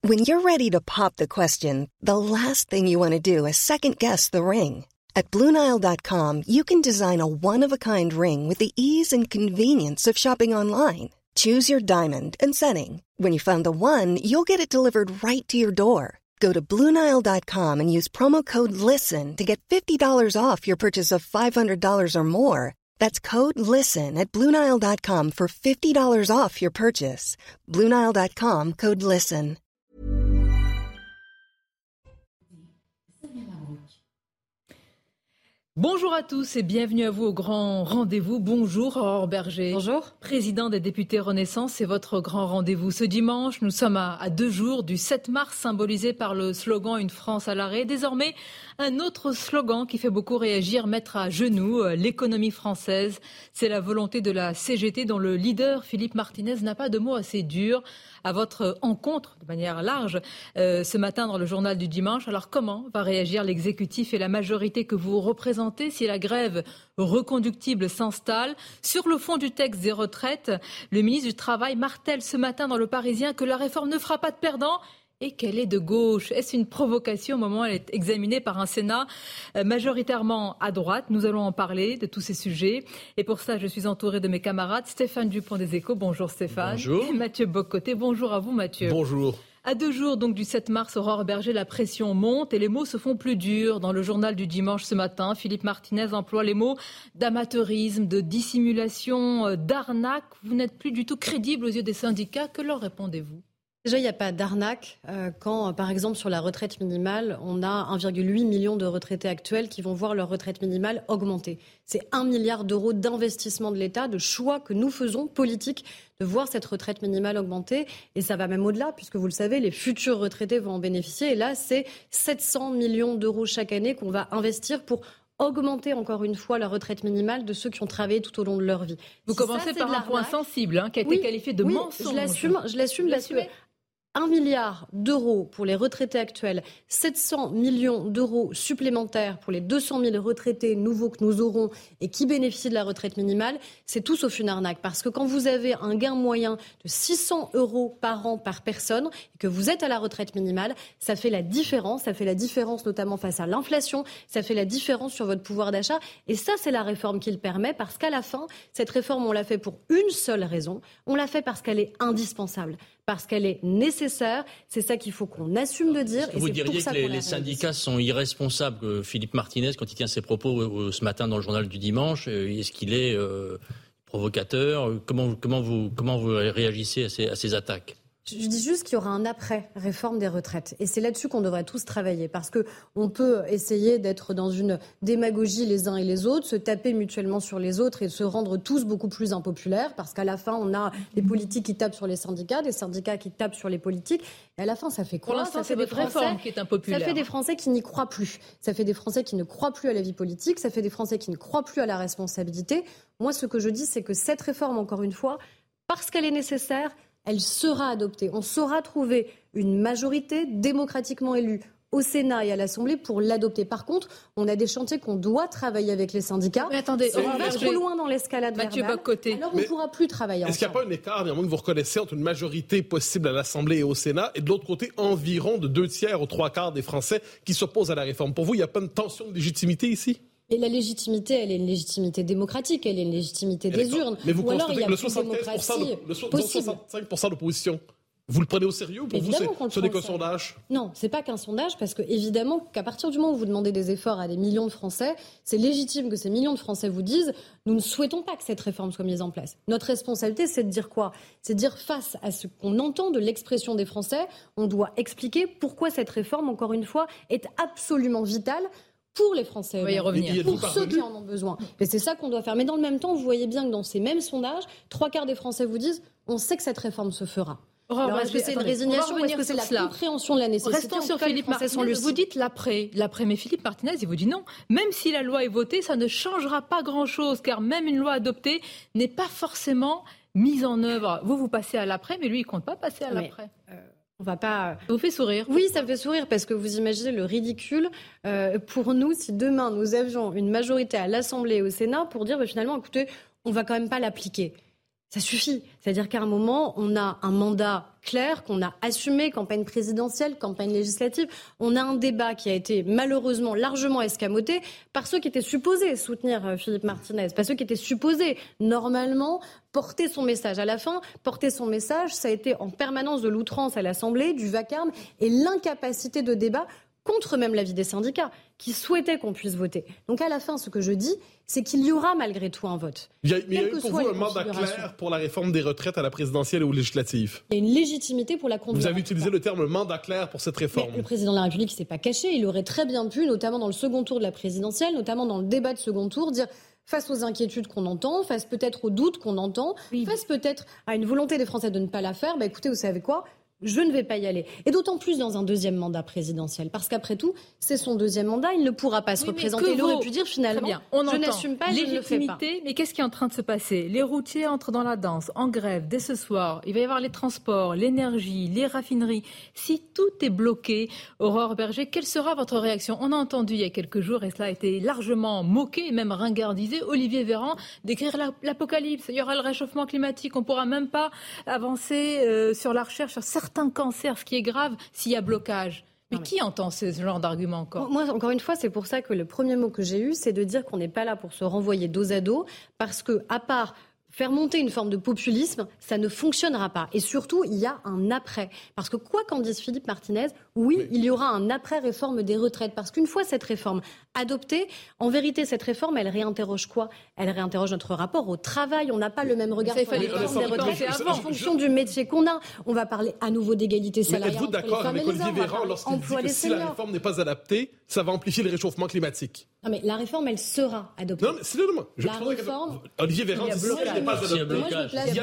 When you're ready to pop the question, the last thing you want to do is second-guess the ring. At BlueNile.com, you can design a one-of-a-kind ring with the ease and convenience of shopping online. Choose your diamond and setting. When you find the one, you'll get it delivered right to your door. Go to BlueNile.com and use promo code LISTEN to get $50 off your purchase of $500 or more. That's code LISTEN at BlueNile.com for $50 off your purchase. BlueNile.com, code LISTEN. Bonjour à tous et bienvenue à vous au grand rendez-vous. Bonjour Aurore Berger. Bonjour. Président des députés Renaissance, c'est votre grand rendez-vous. Ce dimanche, nous sommes à 2 jours du 7 mars, symbolisé par le slogan « Une France à l'arrêt ». Désormais, un autre slogan qui fait beaucoup réagir, mettre à genoux l'économie française. C'est la volonté de la CGT dont le leader, Philippe Martinez, n'a pas de mots assez durs à votre encontre de manière large ce matin dans le journal du dimanche. Alors comment va réagir l'exécutif et la majorité que vous représentez si la grève reconductible s'installe? Sur le fond du texte des retraites, le ministre du Travail martèle ce matin dans Le Parisien que la réforme ne fera pas de perdants et qu'elle est de gauche. Est-ce une provocation au moment où elle est examinée par un Sénat majoritairement à droite? Nous allons en parler de tous ces sujets. Et pour ça, je suis entourée de mes camarades. Stéphane Dupont des Échos. Bonjour Stéphane. Bonjour. Et Mathieu Bock-Côté. Bonjour à vous Mathieu. Bonjour. À 2 jours donc du 7 mars, Aurore Berger, la pression monte et les mots se font plus durs. Dans le journal du dimanche ce matin, Philippe Martinez emploie les mots d'amateurisme, de dissimulation, d'arnaque. Vous n'êtes plus du tout crédible aux yeux des syndicats. Que leur répondez-vous ? Déjà, il n'y a pas d'arnaque quand, par exemple, sur la retraite minimale, on a 1,8 million de retraités actuels qui vont voir leur retraite minimale augmenter. C'est 1 milliard d'euros d'investissement de l'État, de choix que nous faisons, politiques, de voir cette retraite minimale augmenter. Et ça va même au-delà, puisque vous le savez, les futurs retraités vont en bénéficier. Et là, c'est 700 millions d'euros chaque année qu'on va investir pour augmenter encore une fois la retraite minimale de ceux qui ont travaillé tout au long de leur vie. Vous commencez par un point sensible qui a été qualifié de mensonge. Je l'assume parce que 1 milliard d'euros pour les retraités actuels, 700 millions d'euros supplémentaires pour les 200 000 retraités nouveaux que nous aurons et qui bénéficient de la retraite minimale, c'est tout sauf une arnaque. Parce que quand vous avez un gain moyen de 600 euros par an par personne et que vous êtes à la retraite minimale, ça fait la différence. Ça fait la différence notamment face à l'inflation. Ça fait la différence sur votre pouvoir d'achat. Et ça, c'est la réforme qui le permet parce qu'à la fin, cette réforme, on l'a fait pour une seule raison. On l'a fait parce qu'elle est indispensable. Parce qu'elle est nécessaire, c'est ça qu'il faut qu'on assume de dire. Vous diriez que les syndicats sont irresponsables. Philippe Martinez, quand il tient ses propos ce matin dans le journal du dimanche, est-ce qu'il est provocateur? Comment vous réagissez à ces attaques? Je dis juste qu'il y aura un après-réforme des retraites. Et c'est là-dessus qu'on devrait tous travailler. Parce qu'on peut essayer d'être dans une démagogie les uns et les autres, se taper mutuellement sur les autres et se rendre tous beaucoup plus impopulaires. Parce qu'à la fin, on a des politiques qui tapent sur les syndicats, des syndicats qui tapent sur les politiques. Et à la fin, ça fait quoi? Pour l'instant, c'est votre réforme qui est impopulaire. Ça fait des Français qui n'y croient plus. Ça fait des Français qui ne croient plus à la vie politique. Ça fait des Français qui ne croient plus à la responsabilité. Moi, ce que je dis, c'est que cette réforme, encore une fois, parce qu'elle est nécessaire, elle sera adoptée. On saura trouver une majorité démocratiquement élue au Sénat et à l'Assemblée pour l'adopter. Par contre, on a des chantiers qu'on doit travailler avec les syndicats. Mais attendez, on va trop loin dans l'escalade verbale. Alors on ne pourra plus travailler ensemble. Est-ce qu'il n'y a pas un écart, néanmoins, que vous reconnaissez entre une majorité possible à l'Assemblée et au Sénat et de l'autre côté, environ de 2/3 aux 3/4 des Français qui s'opposent à la réforme? Pour vous, il n'y a pas une tension de légitimité ici? Et la légitimité, elle est une légitimité démocratique, elle est une légitimité des urnes. Mais vous constatez que le 65% d'opposition, vous le prenez au sérieux? Pour évidemment vous, ce n'est qu'un sondage? Non, c'est pas qu'un sondage, parce que évidemment qu'à partir du moment où vous demandez des efforts à des millions de Français, c'est légitime que ces millions de Français vous disent « Nous ne souhaitons pas que cette réforme soit mise en place ». Notre responsabilité, c'est de dire quoi? C'est de dire face à ce qu'on entend de l'expression des Français, on doit expliquer pourquoi cette réforme, encore une fois, est absolument vitale pour les Français, on va y revenir. Pour ceux qui en ont besoin. Et c'est ça qu'on doit faire. Mais dans le même temps, vous voyez bien que dans ces mêmes sondages, 3/4 des Français vous disent « On sait que cette réforme se fera ». Alors, est-ce que c'est une résignation ou est-ce que c'est la compréhension de la nécessité? Restons sur Philippe Martinez. Vous dites l'après, mais Philippe Martinez, il vous dit non. Même si la loi est votée, ça ne changera pas grand-chose, car même une loi adoptée n'est pas forcément mise en œuvre. Vous passez à l'après, mais lui, il ne compte pas passer à l'après. On va pas... Ça vous fait sourire? Oui, ça me fait sourire parce que vous imaginez le ridicule pour nous si demain nous avions une majorité à l'Assemblée et au Sénat pour dire finalement, écoutez, on va quand même pas l'appliquer. Ça suffit. C'est-à-dire qu'à un moment, on a un mandat clair qu'on a assumé, campagne présidentielle, campagne législative. On a un débat qui a été malheureusement largement escamoté par ceux qui étaient supposés soutenir Philippe Martinez, par ceux qui étaient supposés normalement porter son message. À la fin, porter son message, ça a été en permanence de l'outrance à l'Assemblée, du vacarme et l'incapacité de débat contre même l'avis des syndicats qui souhaitaient qu'on puisse voter. Donc à la fin, ce que je dis, c'est qu'il y aura malgré tout un vote. Mais il y a eu pour vous un mandat clair pour la réforme des retraites à la présidentielle et aux législatives. Il y a une légitimité pour la conduire. Vous avez utilisé le terme mandat clair pour cette réforme. Mais le président de la République ne s'est pas caché. Il aurait très bien pu, notamment dans le second tour de la présidentielle, notamment dans le débat de second tour, dire face aux inquiétudes qu'on entend, face peut-être aux doutes qu'on entend, face peut-être à une volonté des Français de ne pas la faire, écoutez, vous savez quoi ? Je ne vais pas y aller. Et d'autant plus dans un deuxième mandat présidentiel. Parce qu'après tout, c'est son deuxième mandat. Il ne pourra pas se représenter. Il aurait pu dire finalement, je n'assume pas, je ne le fais pas. Mais qu'est-ce qui est en train de se passer ? Les routiers entrent dans la danse, en grève, dès ce soir. Il va y avoir les transports, l'énergie, les raffineries. Si tout est bloqué, Aurore Berger, quelle sera votre réaction ? On a entendu il y a quelques jours, et cela a été largement moqué, et même ringardisé, Olivier Véran décrire l'apocalypse. Il y aura le réchauffement climatique. On ne pourra même pas avancer sur la recherche sur certains cancers, ce qui est grave s'il y a blocage. Mais qui entend ce genre d'argument encore ? Moi, encore une fois, c'est pour ça que le premier mot que j'ai eu, c'est de dire qu'on n'est pas là pour se renvoyer dos à dos, parce que, à part faire monter une forme de populisme, ça ne fonctionnera pas. Et surtout, il y a un après. Parce que quoi qu'en dise Philippe Martinez, oui, il y aura un après-réforme des retraites. Parce qu'une fois cette réforme adoptée, en vérité, cette réforme, elle réinterroge quoi ? Elle réinterroge notre rapport au travail. On n'a pas le même regard sur la réforme des retraites en fonction du métier qu'on a. On va parler à nouveau d'égalité salariale. Êtes-vous d'accord avec Olivier Véran lorsqu'il dit que si la réforme n'est pas adaptée, ça va amplifier le réchauffement climatique ? Non, mais la réforme, elle sera adoptée. Non, mais c'est le moment. Olivier Véran dit si elle n'est pas adoptée. Moi,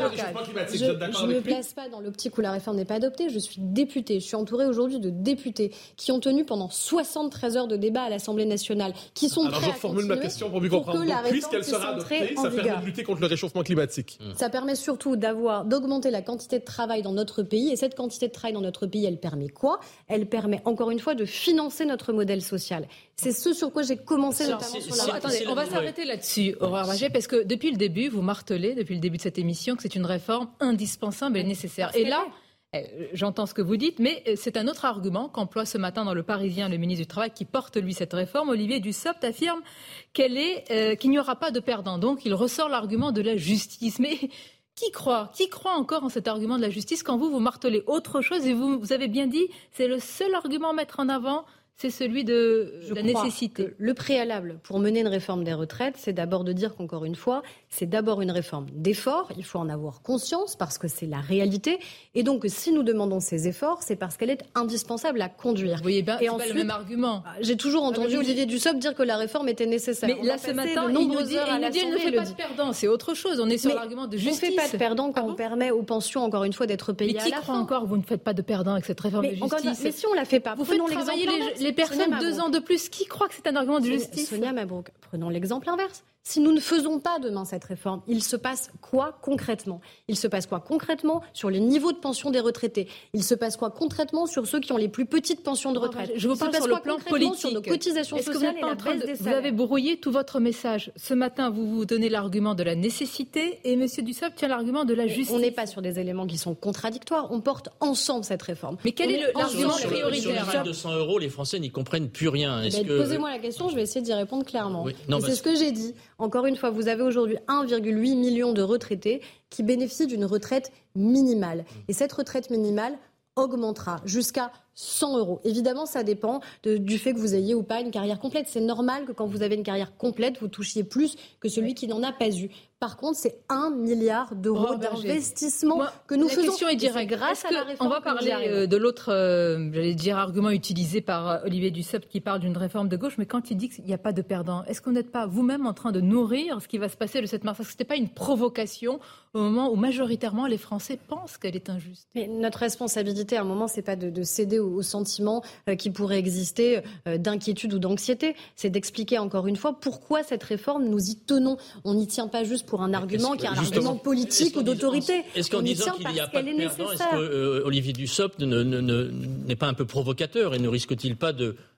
je ne me place pas dans l'optique où la réforme n'est pas adoptée. Je suis députée. Je suis entourée aujourd'hui de députés qui ont tenu pendant 73 heures de débat à l'Assemblée nationale, qui sont prêts à continuer. Alors je reformule ma question pour mieux comprendre. Puisqu'elle sera adoptée, ça permet de lutter contre le réchauffement climatique. Ça permet surtout d'augmenter la quantité de travail dans notre pays. Et cette quantité de travail dans notre pays, elle permet quoi ? Elle permet encore une fois de financer notre modèle social. C'est ce sur quoi j'ai commencé notamment sur la... Attendez, on va s'arrêter là-dessus, Aurore Berger, parce que depuis le début, vous martelez, depuis le début de cette émission, que c'est une réforme indispensable et nécessaire. Et là, j'entends ce que vous dites, mais c'est un autre argument qu'emploie ce matin dans Le Parisien le ministre du Travail qui porte, lui, cette réforme. Olivier Dussopt affirme qu'il n'y aura pas de perdants. Donc, il ressort l'argument de la justice. Mais qui croit encore en cet argument de la justice quand vous martelez autre chose? Et vous avez bien dit, c'est le seul argument à mettre en avant. C'est celui de la nécessité. Que le préalable pour mener une réforme des retraites, c'est d'abord de dire qu'encore une fois, c'est d'abord une réforme d'efforts. Il faut en avoir conscience parce que c'est la réalité. Et donc, si nous demandons ces efforts, c'est parce qu'elle est indispensable à conduire. Vous voyez bien, c'est pas le même argument. J'ai toujours entendu Olivier Dussopt dire que la réforme était nécessaire. Mais là, ce matin, il nous dit ne fait pas de perdants. C'est autre chose. On est sur l'argument de justice. On ne fait pas de perdants quand on permet aux pensions, encore une fois, d'être payées à la fin. Mais qui croit encore vous ne faites pas de perdants avec cette réforme de justice? Mais si on la fait pas, vous faites travailler les personnes 2 ans de plus. Qui croit que c'est un argument de justice? Sonia Mabrouk, prenons l'exemple inverse. Si nous ne faisons pas demain cette réforme, il se passe quoi concrètement? Il se passe quoi concrètement sur les niveaux de pension des retraités? Il se passe quoi concrètement sur ceux qui ont les plus petites pensions de retraite? Je vous parle sur le plan politique. Sur nos cotisations sociales et la baisse des salaires. Vous avez brouillé tout votre message. Ce matin, vous donnez l'argument de la nécessité et M. Dussopt tient l'argument de la justice. On n'est pas sur des éléments qui sont contradictoires. On porte ensemble cette réforme. Mais quel est l'argument prioritaire? Sur les 200 €, les Français n'y comprennent plus rien. Posez-moi la question, je vais essayer d'y répondre clairement. Oui. C'est ce que j'ai dit. Encore une fois, vous avez aujourd'hui 1,8 million de retraités qui bénéficient d'une retraite minimale. Et cette retraite minimale augmentera jusqu'à 100 €. Évidemment, ça dépend du fait que vous ayez ou pas une carrière complète. C'est normal que quand vous avez une carrière complète, vous touchiez plus que celui qui n'en a pas eu. Par contre, c'est 1 milliard d'euros d'investissement que nous faisons. La question est directe. Grâce à la réforme. On va parler de l'autre, argument utilisé par Olivier Dussopt qui parle d'une réforme de gauche, mais quand il dit qu'il n'y a pas de perdants, est-ce qu'on n'êtes pas vous-même en train de nourrir ce qui va se passer le 7 mars? Est-ce que ce n'était pas une provocation au moment où majoritairement les Français pensent qu'elle est injuste? Mais notre responsabilité à un moment, c'est pas de céder aux sentiments qui pourraient exister d'inquiétude ou d'anxiété. C'est d'expliquer encore une fois pourquoi cette réforme, nous y tenons. On n'y tient pas juste pour un argument qui est un argument politique ou d'autorité. Est-ce qu'en disant qu'il n'y a pas de perdants, est-ce que Olivier Dussopt n'est pas un peu provocateur et ne risque-t-il pas de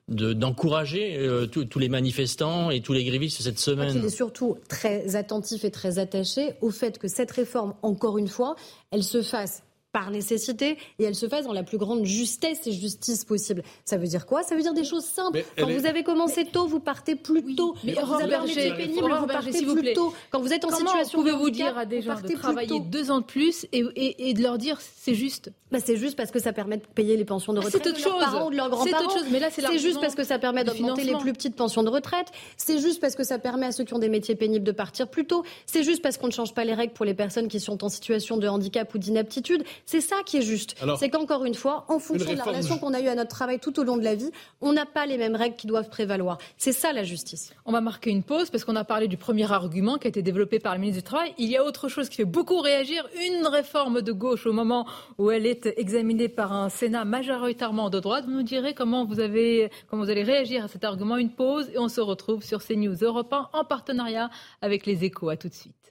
d'encourager tous les manifestants et tous les grévistes cette semaine. Il est surtout très attentif et très attaché au fait que cette réforme, encore une fois, elle se fasse par nécessité, et elle se fasse dans la plus grande justesse et justice possible. Ça veut dire quoi ? Ça veut dire des choses simples. Quand vous avez commencé tôt, vous partez plus tôt. Mais quand vous avez un métier pénible, vous partez plus tôt. Quand vous êtes en situation de handicap, pouvez-vous dire à des gens de travailler 2 ans de plus et de leur dire c'est juste ? C'est juste parce que ça permet de payer les pensions de retraite de leurs parents ou de leurs grands-parents. C'est autre chose. Mais là, c'est juste parce que ça permet d'augmenter les plus petites pensions de retraite. C'est juste parce que ça permet à ceux qui ont des métiers pénibles de partir plus tôt. C'est juste parce qu'on ne change pas les règles pour les personnes qui sont en situation de handicap ou d'inaptitude. C'est ça qui est juste. Alors, c'est qu'encore une fois, en fonction de la relation qu'on a eue à notre travail tout au long de la vie, on n'a pas les mêmes règles qui doivent prévaloir. C'est ça la justice. On va marquer une pause parce qu'on a parlé du premier argument qui a été développé par le ministre du Travail. Il y a autre chose qui fait beaucoup réagir, une réforme de gauche au moment où elle est examinée par un Sénat majoritairement de droite. Vous nous direz comment vous allez réagir à cet argument. Une pause et on se retrouve sur CNews Europe 1 en partenariat avec les Échos. À tout de suite.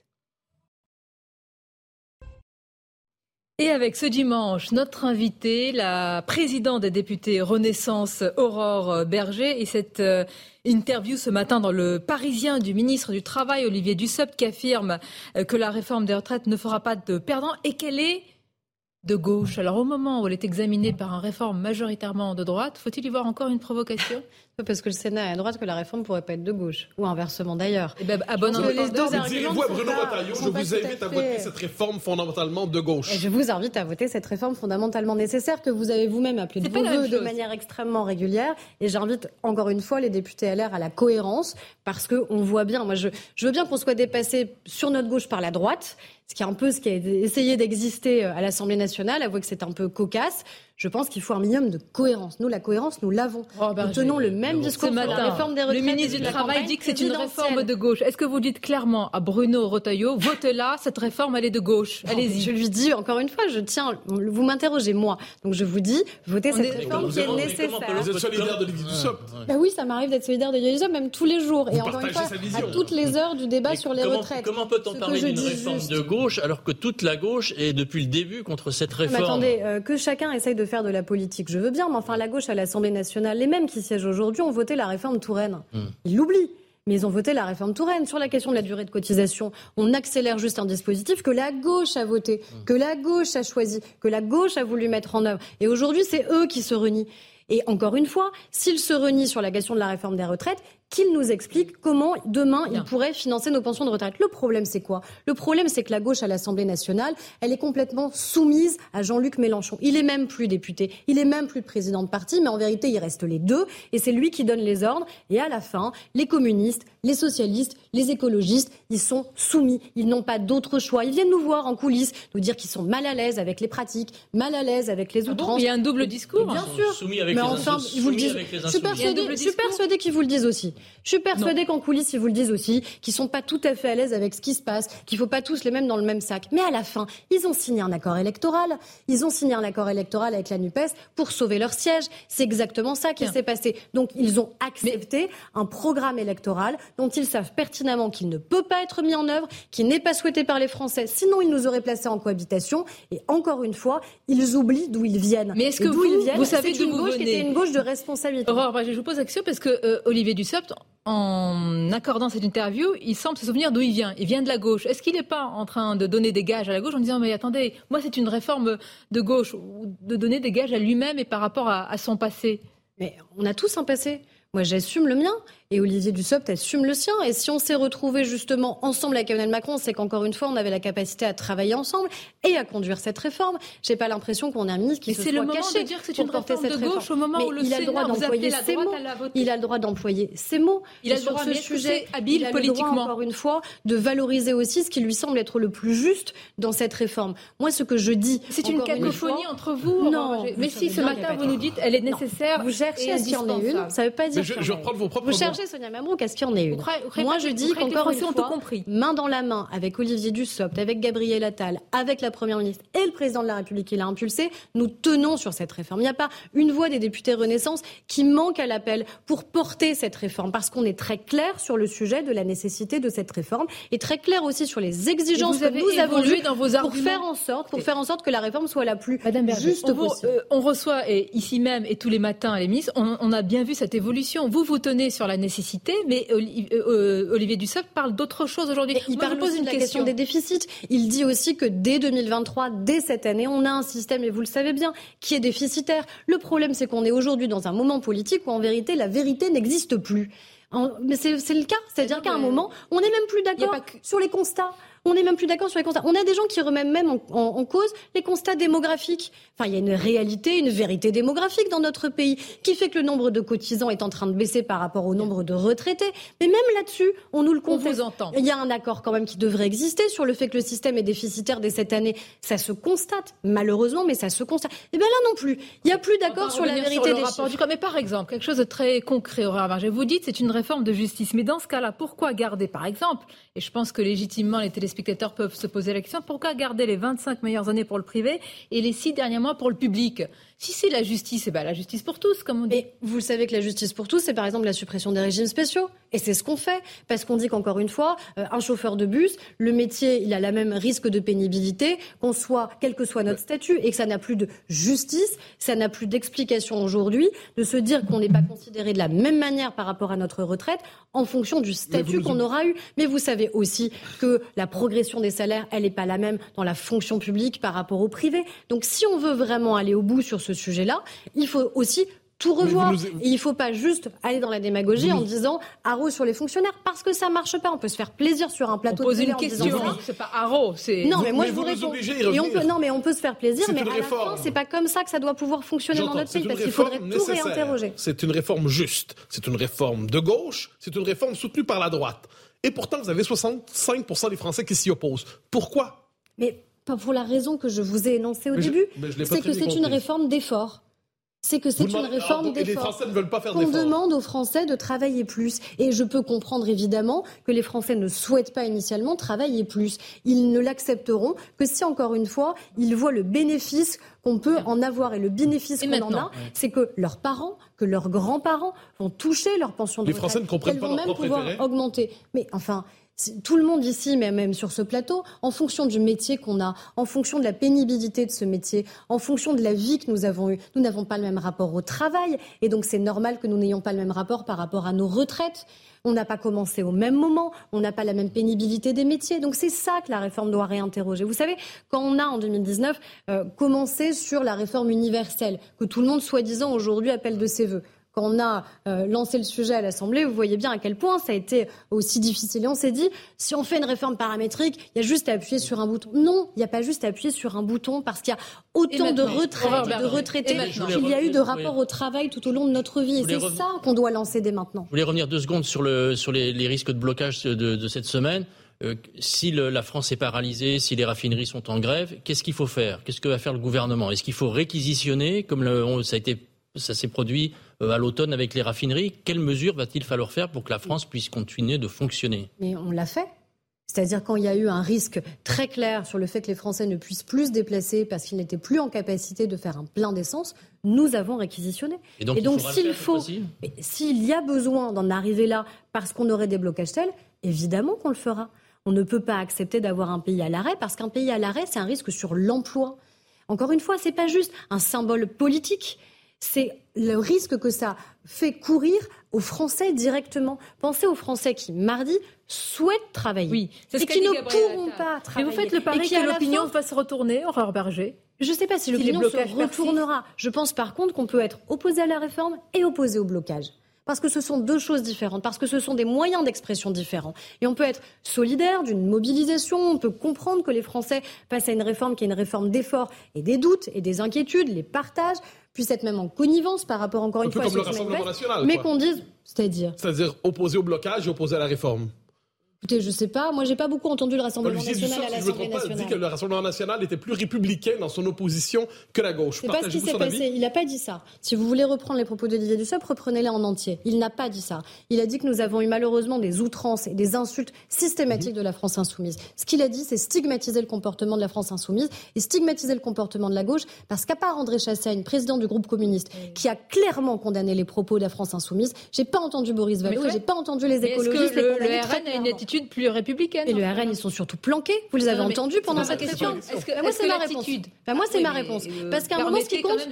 Et avec ce dimanche, notre invitée, la présidente des députés Renaissance, Aurore Bergé, et cette interview ce matin dans le Parisien du ministre du Travail, Olivier Dussopt, qui affirme que la réforme des retraites ne fera pas de perdants et qu'elle est de gauche. Alors au moment où elle est examinée par un réforme majoritairement de droite, faut-il y voir encore une provocation ? Parce que le Sénat est à droite que la réforme ne pourrait pas être de gauche, ou inversement d'ailleurs. Et à bon entendeur, direz-vous à Bruno Retailleau, je vous invite à voter cette réforme fondamentalement de gauche. Et je vous invite à voter cette réforme fondamentalement nécessaire que vous avez vous-même appelée de vos vœux de manière extrêmement régulière. Et j'invite encore une fois les députés LR à la cohérence, parce qu'on voit bien, moi je veux bien qu'on soit dépassé sur notre gauche par la droite, ce qui est un peu ce qui a essayé d'exister à l'Assemblée nationale, avouez que c'est un peu cocasse. Je pense qu'il faut un minimum de cohérence. Nous, la cohérence, nous l'avons. Nous tenons le même discours sur la réforme des retraites. Le ministre du Travail dit que c'est une réforme de gauche. Est-ce que vous dites clairement à Bruno Retailleau, votez-la, cette réforme, elle est de gauche. Allez-y. Je lui dis, encore une fois, vous m'interrogez, moi. Donc je vous dis, votez cette réforme qui est nécessaire. Vous êtes solidaire d'Olivier Dussopt. Oui, ça m'arrive d'être solidaire d'Olivier Dussopt, même tous les jours. Et encore une fois, à toutes les heures du débat sur les retraites. Comment peut-on parler d'une réforme de gauche alors que toute la gauche est depuis le début contre cette réforme ? Mais attendez, que chacun essaye de faire de la politique, je veux bien, mais enfin la gauche à l'Assemblée nationale, les mêmes qui siègent aujourd'hui ont voté la réforme Touraine. Ils l'oublient. Mais ils ont voté la réforme Touraine. Sur la question de la durée de cotisation, on accélère juste un dispositif que la gauche a voté, que la gauche a choisi, que la gauche a voulu mettre en œuvre. Et aujourd'hui, c'est eux qui se renient. Et encore une fois, s'ils se renient sur la question de la réforme des retraites, qu'ils nous expliquent comment, demain, ils pourraient financer nos pensions de retraite. Le problème, c'est quoi ? Le problème, c'est que la gauche à l'Assemblée nationale, elle est complètement soumise à Jean-Luc Mélenchon. Il est même plus député, il est même plus président de parti, mais en vérité, il reste les deux, et c'est lui qui donne les ordres. Et à la fin, les communistes, les socialistes, les écologistes, ils sont soumis. Ils n'ont pas d'autre choix. Ils viennent nous voir en coulisses, nous dire qu'ils sont mal à l'aise avec les pratiques, mal à l'aise avec les outrances. Il y a un double discours. Bien sûr. Soumis avec mais enfin, ils vous le disent. Je suis persuadée qu'ils vous le disent aussi. Je suis persuadée qu'en coulisses, ils vous le disent aussi, qu'ils sont pas tout à fait à l'aise avec ce qui se passe, qu'il faut pas tous les mêmes dans le même sac. Mais à la fin, ils ont signé un accord électoral. Ils ont signé un accord électoral avec la NUPES pour sauver leur siège. C'est exactement ça qui s'est passé. Donc, ils ont accepté un programme électoral dont ils savent pertinemment qu'il ne peut pas être mis en œuvre, qui n'est pas souhaité par les Français. Sinon, ils nous auraient placés en cohabitation. Et encore une fois, ils oublient d'où ils viennent. Mais est-ce que vous savez d'où vous venez ? C'était une gauche de responsabilité. Aurore, je vous pose la question parce que Olivier Dussopt, en accordant cette interview, il semble se souvenir d'où il vient. Il vient de la gauche. Est-ce qu'il n'est pas en train de donner des gages à la gauche en disant mais attendez, moi c'est une réforme de gauche, ou de donner des gages à lui-même et par rapport à son passé ? Mais on a tous un passé. Moi, j'assume le mien et Olivier Dussopt assume le sien. Et si on s'est retrouvés justement ensemble avec Emmanuel Macron, c'est qu'encore une fois, on avait la capacité à travailler ensemble et à conduire cette réforme. J'ai pas l'impression qu'on a un ministre qui se soit caché. Mais c'est le moment de dire que c'est une réforme de gauche au moment où le Sénat vous appelez la droite à la voter. Il a le droit d'employer ces mots. Il a le droit, sur ce sujet habile il a politiquement. Le droit, encore une fois, de valoriser aussi ce qui lui semble être le plus juste dans cette réforme. Moi, ce que je dis, c'est une cacophonie entre vous. Non, mais si ce matin vous nous dites elle est nécessaire. Vous cherchez à s'y en est une. Ça veut pas dire. Je vais reprendre vos propres mots. Vous cherchez chercher, Sonia Mabrouk, à ce qu'il y en ait une. Moi, je dis qu'encore une fois, main dans la main, avec Olivier Dussopt, avec Gabriel Attal, avec la Première ministre et le Président de la République qui l'a impulsé, nous tenons sur cette réforme. Il n'y a pas une voix des députés Renaissance qui manque à l'appel pour porter cette réforme, parce qu'on est très clair sur le sujet de la nécessité de cette réforme et très clair aussi sur les exigences que nous avons eues pour faire en sorte que la réforme soit la plus juste possible. On reçoit ici même et tous les matins les ministres, on a bien vu cette évolution. Vous tenez sur la nécessité, mais Olivier Dussopt parle d'autre chose aujourd'hui. Il parle aussi de la question des déficits. Il dit aussi que dès 2023, dès cette année, on a un système, et vous le savez bien, qui est déficitaire. Le problème, c'est qu'on est aujourd'hui dans un moment politique où en vérité, la vérité n'existe plus. Mais c'est le cas. C'est-à-dire qu'à un moment, on n'est même plus d'accord sur les constats. On n'est même plus d'accord sur les constats. On a des gens qui remettent même en cause les constats démographiques. Enfin, il y a une réalité, une vérité démographique dans notre pays qui fait que le nombre de cotisants est en train de baisser par rapport au nombre de retraités. Mais même là-dessus, on nous le conteste. On vous entend. Il y a un accord quand même qui devrait exister sur le fait que le système est déficitaire dès cette année. Ça se constate, malheureusement, mais ça se constate. Et bien là non plus, il n'y a plus d'accord sur la vérité des chiffres. Mais par exemple, quelque chose de très concret, Aurore Berger, vous dites c'est une réforme de justice. Mais dans ce cas-là, pourquoi garder, par exemple, et je pense que légitimement les téléspectateurs peuvent se poser la question, pourquoi garder les 25 meilleures années pour le privé et les 6 derniers mois pour le public ? Si c'est la justice, la justice pour tous, comme on dit. Et vous savez que la justice pour tous, c'est par exemple la suppression des régimes spéciaux. Et c'est ce qu'on fait. Parce qu'on dit qu'encore une fois, un chauffeur de bus, le métier, il a la même risque de pénibilité, quel que soit notre statut, et que ça n'a plus de justice, ça n'a plus d'explication aujourd'hui, de se dire qu'on n'est pas considéré de la même manière par rapport à notre retraite, en fonction du statut qu'on aura eu. Mais vous savez aussi que la progression des salaires, elle n'est pas la même dans la fonction publique par rapport au privé. Donc si on veut vraiment aller au bout sur ce sujet-là, il faut aussi tout revoir. Et il ne faut pas juste aller dans la démagogie en disant haro sur les fonctionnaires, parce que ça ne marche pas. On peut se faire plaisir sur un plateau de télé en disant ça. C'est pas haro, c'est... Non, mais moi je vous réponds. Mais on peut se faire plaisir, mais à la fin, c'est pas comme ça que ça doit pouvoir fonctionner dans notre pays, parce qu'il faudrait tout réinterroger. C'est une réforme juste, c'est une réforme de gauche, c'est une réforme soutenue par la droite. Et pourtant, vous avez 65% des Français qui s'y opposent. Pourquoi ? Mais pas pour la raison que je vous ai énoncée au début. C'est que c'est une réforme d'effort. C'est que c'est une réforme d'effort. Et les Français ne veulent pas faire d'effort. On demande aux Français de travailler plus. Et je peux comprendre évidemment que les Français ne souhaitent pas initialement travailler plus. Ils ne l'accepteront que si, encore une fois, ils voient le bénéfice qu'on peut en avoir. Et le bénéfice qu'on en a, c'est que leurs parents, que leurs grands-parents vont toucher leur pension de retraite. Les Français ne comprennent pas leur propre intérêt. Elles vont même pouvoir augmenter. Mais enfin... Tout le monde ici, mais même sur ce plateau, en fonction du métier qu'on a, en fonction de la pénibilité de ce métier, en fonction de la vie que nous avons eue, nous n'avons pas le même rapport au travail. Et donc c'est normal que nous n'ayons pas le même rapport par rapport à nos retraites. On n'a pas commencé au même moment, on n'a pas la même pénibilité des métiers. Donc c'est ça que la réforme doit réinterroger. Vous savez, quand on a en 2019 commencé sur la réforme universelle, que tout le monde soi-disant aujourd'hui appelle de ses vœux, quand on a lancé le sujet à l'Assemblée, vous voyez bien à quel point ça a été aussi difficile. Et on s'est dit, si on fait une réforme paramétrique, il y a juste à appuyer sur un bouton. Non, il n'y a pas juste à appuyer sur un bouton, parce qu'il y a autant de retraites, de retraités qu'il y a eu de rapports au travail tout au long de notre vie. Et c'est ça qu'on doit lancer dès maintenant. Je voulais revenir 2 secondes sur les risques de blocage de cette semaine. Si la France est paralysée, si les raffineries sont en grève, qu'est-ce qu'il faut faire ? Qu'est-ce que va faire le gouvernement ? Est-ce qu'il faut réquisitionner, comme ça s'est produit à l'automne avec les raffineries? Quelles mesures va-t-il falloir faire pour que la France puisse continuer de fonctionner? Mais on l'a fait. C'est-à-dire quand il y a eu un risque très clair sur le fait que les Français ne puissent plus se déplacer parce qu'ils n'étaient plus en capacité de faire un plein d'essence, nous avons réquisitionné. Et donc s'il y a besoin d'en arriver là parce qu'on aurait des blocages tels, évidemment qu'on le fera. On ne peut pas accepter d'avoir un pays à l'arrêt, parce qu'un pays à l'arrêt, c'est un risque sur l'emploi. Encore une fois, c'est pas juste un symbole politique. C'est le risque que ça fait courir aux Français directement. Pensez aux Français qui, mardi, souhaitent travailler et qui ne pourront pas travailler. Mais vous faites le pari que l'opinion va se retourner, Aurore Berger? Je ne sais pas si l'opinion se retournera. Je pense par contre qu'on peut être opposé à la réforme et opposé au blocage. Parce que ce sont 2 choses différentes, parce que ce sont des moyens d'expression différents. Et on peut être solidaire d'une mobilisation, on peut comprendre que les Français passent à une réforme qui est une réforme d'effort et des doutes et des inquiétudes, les partagent, puissent être même en connivence par rapport, encore une fois, à ce comme le Rassemblement national, mais qu'on dise, c'est-à-dire opposé au blocage et opposé à la réforme. Écoutez, je sais pas. Moi, j'ai pas beaucoup entendu le Rassemblement national à l'Assemblée nationale. Il dit que le Rassemblement national était plus républicain dans son opposition que la gauche. C'est pas ce qui s'est passé. Il n'a pas dit ça. Si vous voulez reprendre les propos d'Olivier Dussopt, reprenez-les en entier. Il n'a pas dit ça. Il a dit que nous avons eu malheureusement des outrances et des insultes systématiques de la France insoumise. Ce qu'il a dit, c'est stigmatiser le comportement de la France insoumise et stigmatiser le comportement de la gauche, parce qu'à part André Chassaigne, président du groupe communiste, qui a clairement condamné les propos de la France insoumise, j'ai pas entendu Boris Vallaud et j'ai pas entendu les écologistes. Est-ce que le RN a une attitude plus républicaine? Et le RN, ils sont surtout planqués. Vous les avez entendus pendant cette question. Moi, c'est ma réponse. Moi, c'est ma réponse. Parce qu'à un moment, ce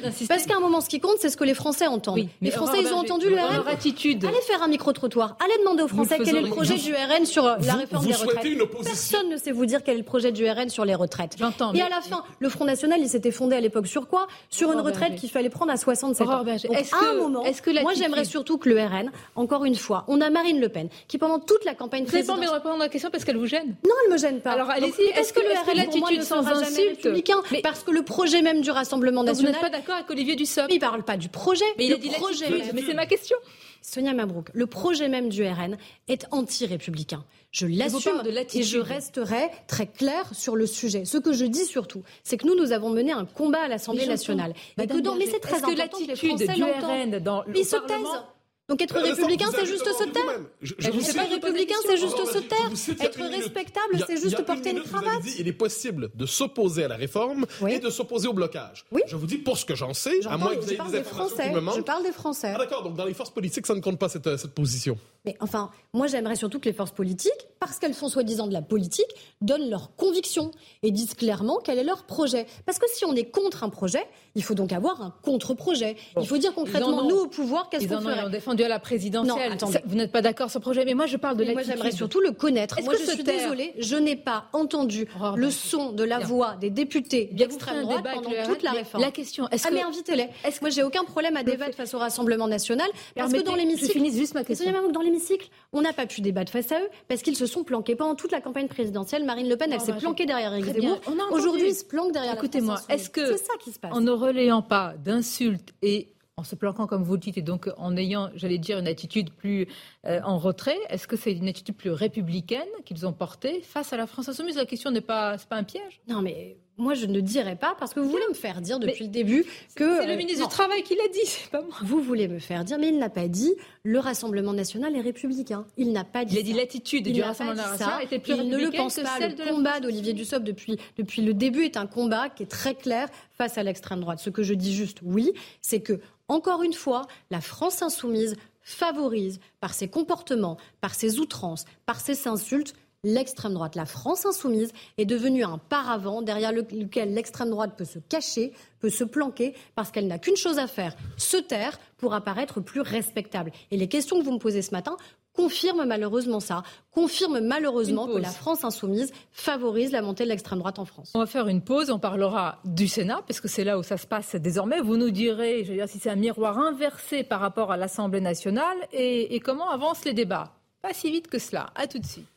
qui compte, c'est ce que les Français entendent. Oui, les Français, ils ont entendu le RN. Allez faire un micro-trottoir. Allez demander aux Français quel est le projet du RN sur la réforme des retraites. Personne ne sait vous dire quel est le projet du RN sur les retraites. Et à la fin, le Front National, il s'était fondé à l'époque sur quoi? Sur une retraite qu'il fallait prendre à 67 ans. Donc, à un moment, moi, j'aimerais surtout que le RN, encore une fois, on a Marine Le Pen, qui pendant toute la campagne présidentielle... Vous n'avez pas répondre à la question parce qu'elle vous gêne? Non, elle me gêne pas. Alors allez-y, est-ce que le RN, l'attitude sans insulte, parce que le projet même du Rassemblement national... Vous n'êtes pas d'accord avec Olivier Dussopt? Il ne parle pas du projet. Mais il a dit l'attitude. Mais c'est ma question. Sonia Mabrouk, le projet même du RN est anti-républicain. Je l'assume et je resterai très claire sur le sujet. Ce que je dis surtout, c'est que nous avons mené un combat à l'Assemblée nationale. Mais c'est très important que les Français l'entendent. Ils se taisent. Donc être républicain, c'est juste se taire. Être républicain, c'est juste se taire. Être respectable, c'est juste porter une cravate. Il est possible de s'opposer à la réforme et de s'opposer au blocage. Oui. Je vous dis, pour ce que j'en sais, à moins que vous ayez des informations qui me manquent. Je parle des Français. Ah d'accord, donc dans les forces politiques, ça ne compte pas cette position. Mais enfin, moi j'aimerais surtout que les forces politiques, parce qu'elles font soi-disant de la politique, donnent leurs convictions et disent clairement quel est leur projet. Parce que si on est contre un projet, il faut donc avoir un contre-projet. Il faut dire concrètement, nous au pouvoir, qu'est-ce qu'on ferait? Ils ont défendu à la présidentielle. Non, vous n'êtes pas d'accord sur ce projet, mais moi je parle de l'attitude. Moi j'aimerais surtout le connaître. Moi je suis désolée, je n'ai pas entendu le son de la voix des députés d'extrême droite pendant toute la réforme. La question, mais invitez-les. Moi j'ai aucun problème à débattre face au Rassemblement national, parce que dans l'hémicycle... Je finis juste ma question. Dans l'hémicycle, on n'a pas pu débattre face à eux, parce qu'ils se sont planqués pendant toute la campagne présidentielle. Marine Le Pen, elle s'est planquée derrière Éric Zemmour. Aujourd'hui, ils se planquent derrière la France insoumise. Écoutez-moi, est-ce que, c'est ça qui se passe. En ne relayant pas d'insultes et en se planquant comme vous le dites et donc en ayant, j'allais dire, une attitude plus en retrait, est-ce que c'est une attitude plus républicaine qu'ils ont portée face à la France insoumise? La question c'est pas un piège? Non mais moi je ne dirais pas, parce que vous voulez me faire dire depuis le début que... C'est le ministre du Travail qui l'a dit, c'est pas moi. Vous voulez me faire dire, mais il n'a pas dit le Rassemblement national est républicain. Il n'a pas dit ça. Il a dit l'attitude du Rassemblement national était plus républicaine. Il ne le pense pas. Le combat d'Olivier Dussopt depuis le début est un combat qui est très clair face à l'extrême droite. Ce que je dis juste, oui, c'est que, encore une fois, la France insoumise favorise, par ses comportements, par ses outrances, par ses insultes, l'extrême droite. La France insoumise est devenue un paravent derrière lequel l'extrême droite peut se cacher, peut se planquer, parce qu'elle n'a qu'une chose à faire, se taire pour apparaître plus respectable. Et les questions que vous me posez ce matin confirment malheureusement ça, confirment malheureusement que la France insoumise favorise la montée de l'extrême droite en France. On va faire une pause, on parlera du Sénat, parce que c'est là où ça se passe désormais. Vous nous direz, je veux dire, si c'est un miroir inversé par rapport à l'Assemblée nationale et comment avancent les débats. Pas si vite que cela. À tout de suite.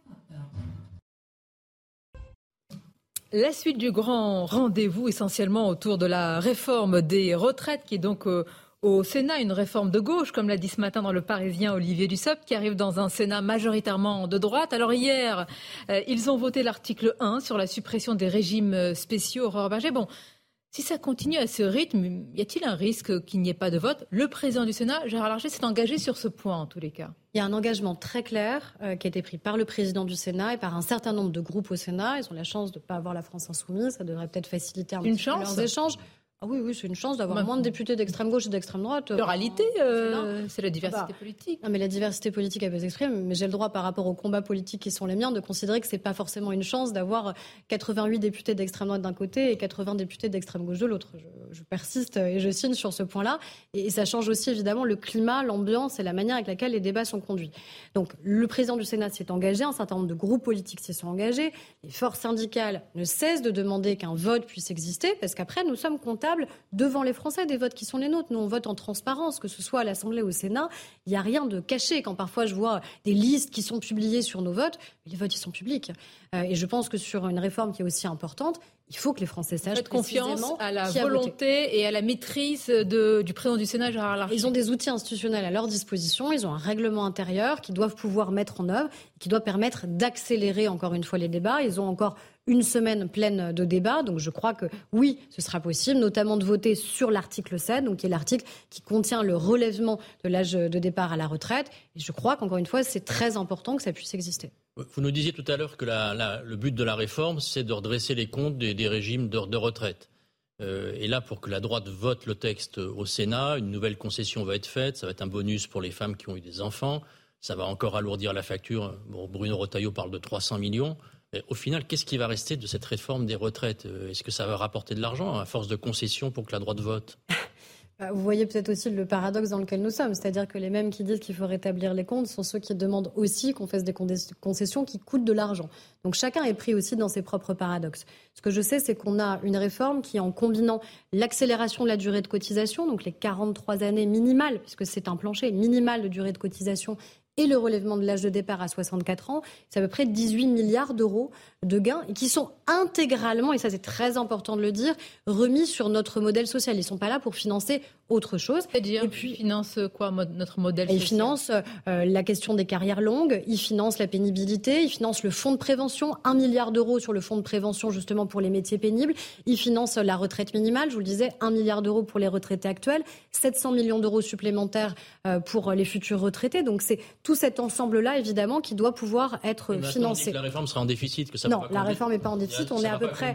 La suite du grand rendez-vous, essentiellement autour de la réforme des retraites, qui est donc au Sénat, une réforme de gauche, comme l'a dit ce matin dans Le Parisien Olivier Dussopt, qui arrive dans un Sénat majoritairement de droite. Alors hier, ils ont voté l'article 1 sur la suppression des régimes spéciaux. Aurore Bergé, bon, si ça continue à ce rythme, y a-t-il un risque qu'il n'y ait pas de vote? Le président du Sénat, Gérard Larcher, s'est engagé sur ce point en tous les cas. Il y a un engagement très clair qui a été pris par le président du Sénat et par un certain nombre de groupes au Sénat. Ils ont la chance de ne pas avoir la France insoumise. Ça devrait peut-être faciliter un petit peu leurs échanges. Ah oui, c'est une chance d'avoir moins de députés d'extrême gauche et d'extrême droite. Pluralité, c'est la diversité politique. Non, mais la diversité politique, elle peut s'exprimer. Mais j'ai le droit, par rapport aux combats politiques qui sont les miens, de considérer que c'est pas forcément une chance d'avoir 88 députés d'extrême droite d'un côté et 80 députés d'extrême gauche de l'autre. Je persiste et je signe sur ce point-là. Et ça change aussi évidemment le climat, l'ambiance et la manière avec laquelle les débats sont conduits. Donc le président du Sénat s'est engagé, un certain nombre de groupes politiques s'y sont engagés. Les forces syndicales ne cessent de demander qu'un vote puisse exister, parce qu'après nous sommes comptables équitable devant les Français, des votes qui sont les nôtres. Nous, on vote en transparence, que ce soit à l'Assemblée ou au Sénat. Il n'y a rien de caché. Quand parfois je vois des listes qui sont publiées sur nos votes, les votes, ils sont publics. Et je pense que sur une réforme qui est aussi importante, il faut que les Français sachent Faites confiance à la qui volonté et à la maîtrise du président du Sénat, Gérard Larcher. Ils ont des outils institutionnels à leur disposition, ils ont un règlement intérieur qu'ils doivent pouvoir mettre en œuvre, qui doit permettre d'accélérer encore une fois les débats. Ils ont encore une semaine pleine de débats, donc je crois que oui, ce sera possible, notamment de voter sur l'article 7, donc qui est l'article qui contient le relèvement de l'âge de départ à la retraite. Et je crois qu'encore une fois, c'est très important que ça puisse exister. Vous nous disiez tout à l'heure que le but de la réforme, c'est de redresser les comptes des régimes de retraite. Et là, pour que la droite vote le texte au Sénat, une nouvelle concession va être faite. Ça va être un bonus pour les femmes qui ont eu des enfants. Ça va encore alourdir la facture. Bon, Bruno Retailleau parle de 300 millions. Mais au final, qu'est-ce qui va rester de cette réforme des retraites ? Est-ce que ça va rapporter de l'argent à force de concessions pour que la droite vote ? Vous voyez peut-être aussi le paradoxe dans lequel nous sommes, c'est-à-dire que les mêmes qui disent qu'il faut rétablir les comptes sont ceux qui demandent aussi qu'on fasse des concessions qui coûtent de l'argent. Donc chacun est pris aussi dans ses propres paradoxes. Ce que je sais, c'est qu'on a une réforme qui, en combinant l'accélération de la durée de cotisation, donc les 43 années minimales, puisque c'est un plancher minimal de durée de cotisation, et le relèvement de l'âge de départ à 64 ans, c'est à peu près 18 milliards d'euros de gains et qui sont intégralement, et ça c'est très important de le dire, remis sur notre modèle social. Ils ne sont pas là pour financer autre chose. C'est-à-dire, ils financent quoi, notre modèle social ? Ils financent la question des carrières longues, ils financent la pénibilité, ils financent le fonds de prévention, 1 milliard d'euros sur le fonds de prévention justement pour les métiers pénibles, ils financent la retraite minimale, je vous le disais, 1 milliard d'euros pour les retraités actuels, 700 millions d'euros supplémentaires pour les futurs retraités. Donc c'est tout cet ensemble-là, évidemment, qui doit pouvoir être financé. On dit que la réforme sera en déficit, que ça non, la réforme n'est pas en déficit. On est à peu près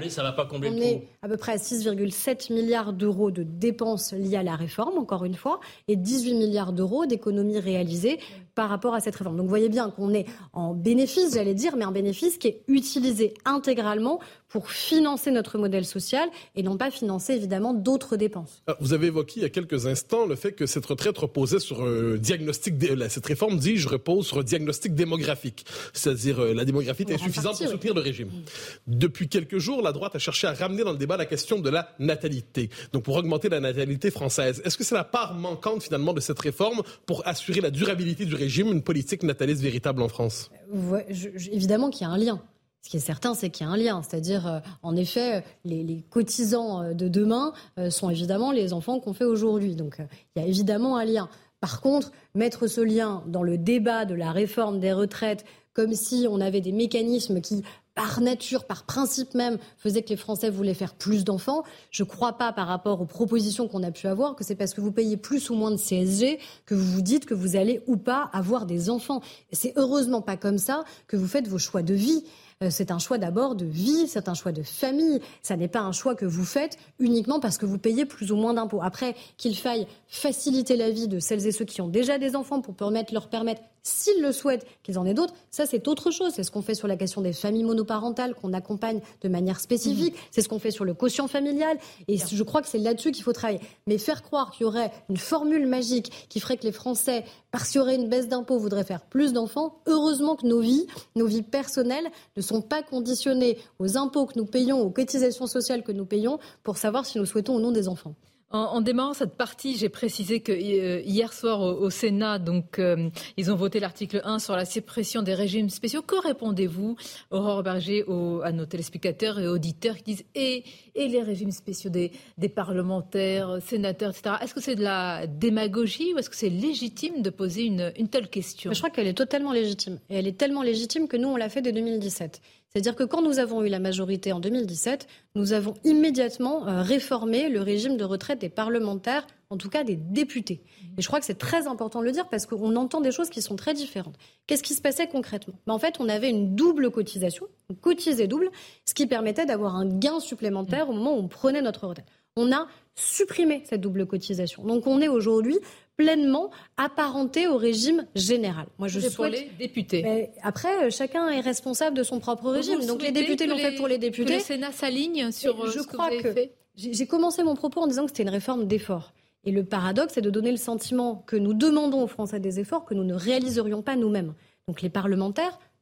à 6,7 milliards d'euros de dépenses liées à la réforme, encore une fois, et 18 milliards d'euros d'économies réalisées par rapport à cette réforme. Donc vous voyez bien qu'on est en bénéfice, j'allais dire, mais un bénéfice qui est utilisé intégralement pour financer notre modèle social et non pas financer évidemment d'autres dépenses. Vous avez évoqué il y a quelques instants le fait que cette retraite reposait sur un diagnostic, cette réforme, repose sur un diagnostic démographique, c'est-à-dire la démographie est insuffisante pour soutenir le régime. Depuis quelques jours, la droite a cherché à ramener dans le débat la question de la natalité, donc pour augmenter la natalité française. Est-ce que c'est la part manquante finalement de cette réforme pour assurer la durabilité du régime, une politique nataliste véritable en France ? Évidemment qu'il y a un lien. Ce qui est certain, c'est qu'il y a un lien. C'est-à-dire, en effet, les cotisants de demain sont évidemment les enfants qu'on fait aujourd'hui. Donc, il y a évidemment un lien. Par contre, mettre ce lien dans le débat de la réforme des retraites, comme si on avait des mécanismes qui, par nature, par principe même, faisaient que les Français voulaient faire plus d'enfants, je ne crois pas, par rapport aux propositions qu'on a pu avoir, que c'est parce que vous payez plus ou moins de CSG que vous vous dites que vous allez ou pas avoir des enfants. Et c'est heureusement pas comme ça que vous faites vos choix de vie. C'est un choix d'abord de vie, c'est un choix de famille. Ça n'est pas un choix que vous faites uniquement parce que vous payez plus ou moins d'impôts. Après, qu'il faille faciliter la vie de celles et ceux qui ont déjà des enfants pour leur permettre, s'ils le souhaitent, qu'ils en aient d'autres, ça c'est autre chose. C'est ce qu'on fait sur la question des familles monoparentales qu'on accompagne de manière spécifique. C'est ce qu'on fait sur le quotient familial. Et je crois que c'est là-dessus qu'il faut travailler. Mais faire croire qu'il y aurait une formule magique qui ferait que les Français, parce qu'il y aurait une baisse d'impôts, voudraient faire plus d'enfants, heureusement que nos vies personnelles ne sont pas conditionnées aux impôts que nous payons, aux cotisations sociales que nous payons, pour savoir si nous souhaitons ou non des enfants. En démarrant cette partie, j'ai précisé que hier soir au Sénat, donc ils ont voté l'article 1 sur la suppression des régimes spéciaux. Que répondez-vous, Aurore Berger, à nos téléspectateurs et auditeurs qui disent et les régimes spéciaux des parlementaires, sénateurs, etc. Est-ce que c'est de la démagogie ou est-ce que c'est légitime de poser une telle question ? Je crois qu'elle est totalement légitime. Et elle est tellement légitime que nous, on l'a fait dès 2017. C'est-à-dire que quand nous avons eu la majorité en 2017, nous avons immédiatement réformé le régime de retraite des parlementaires, en tout cas des députés. Et je crois que c'est très important de le dire parce qu'on entend des choses qui sont très différentes. Qu'est-ce qui se passait concrètement ? En fait, on avait une double cotisation, on cotisait double, ce qui permettait d'avoir un gain supplémentaire au moment où on prenait notre retraite. On a supprimé cette double cotisation. Donc on est aujourd'hui pleinement apparenté au régime général. Moi, je souhaite... pour les députés. Mais après, chacun est responsable de son propre régime. Donc les députés l'ont fait pour les députés. Que le Sénat s'aligne sur ce que vous avez fait. J'ai commencé mon propos en disant que c'était une réforme d'effort. Et le paradoxe, c'est de donner le sentiment que nous demandons aux Français des efforts que nous ne réaliserions pas nous-mêmes. Donc les parlementaires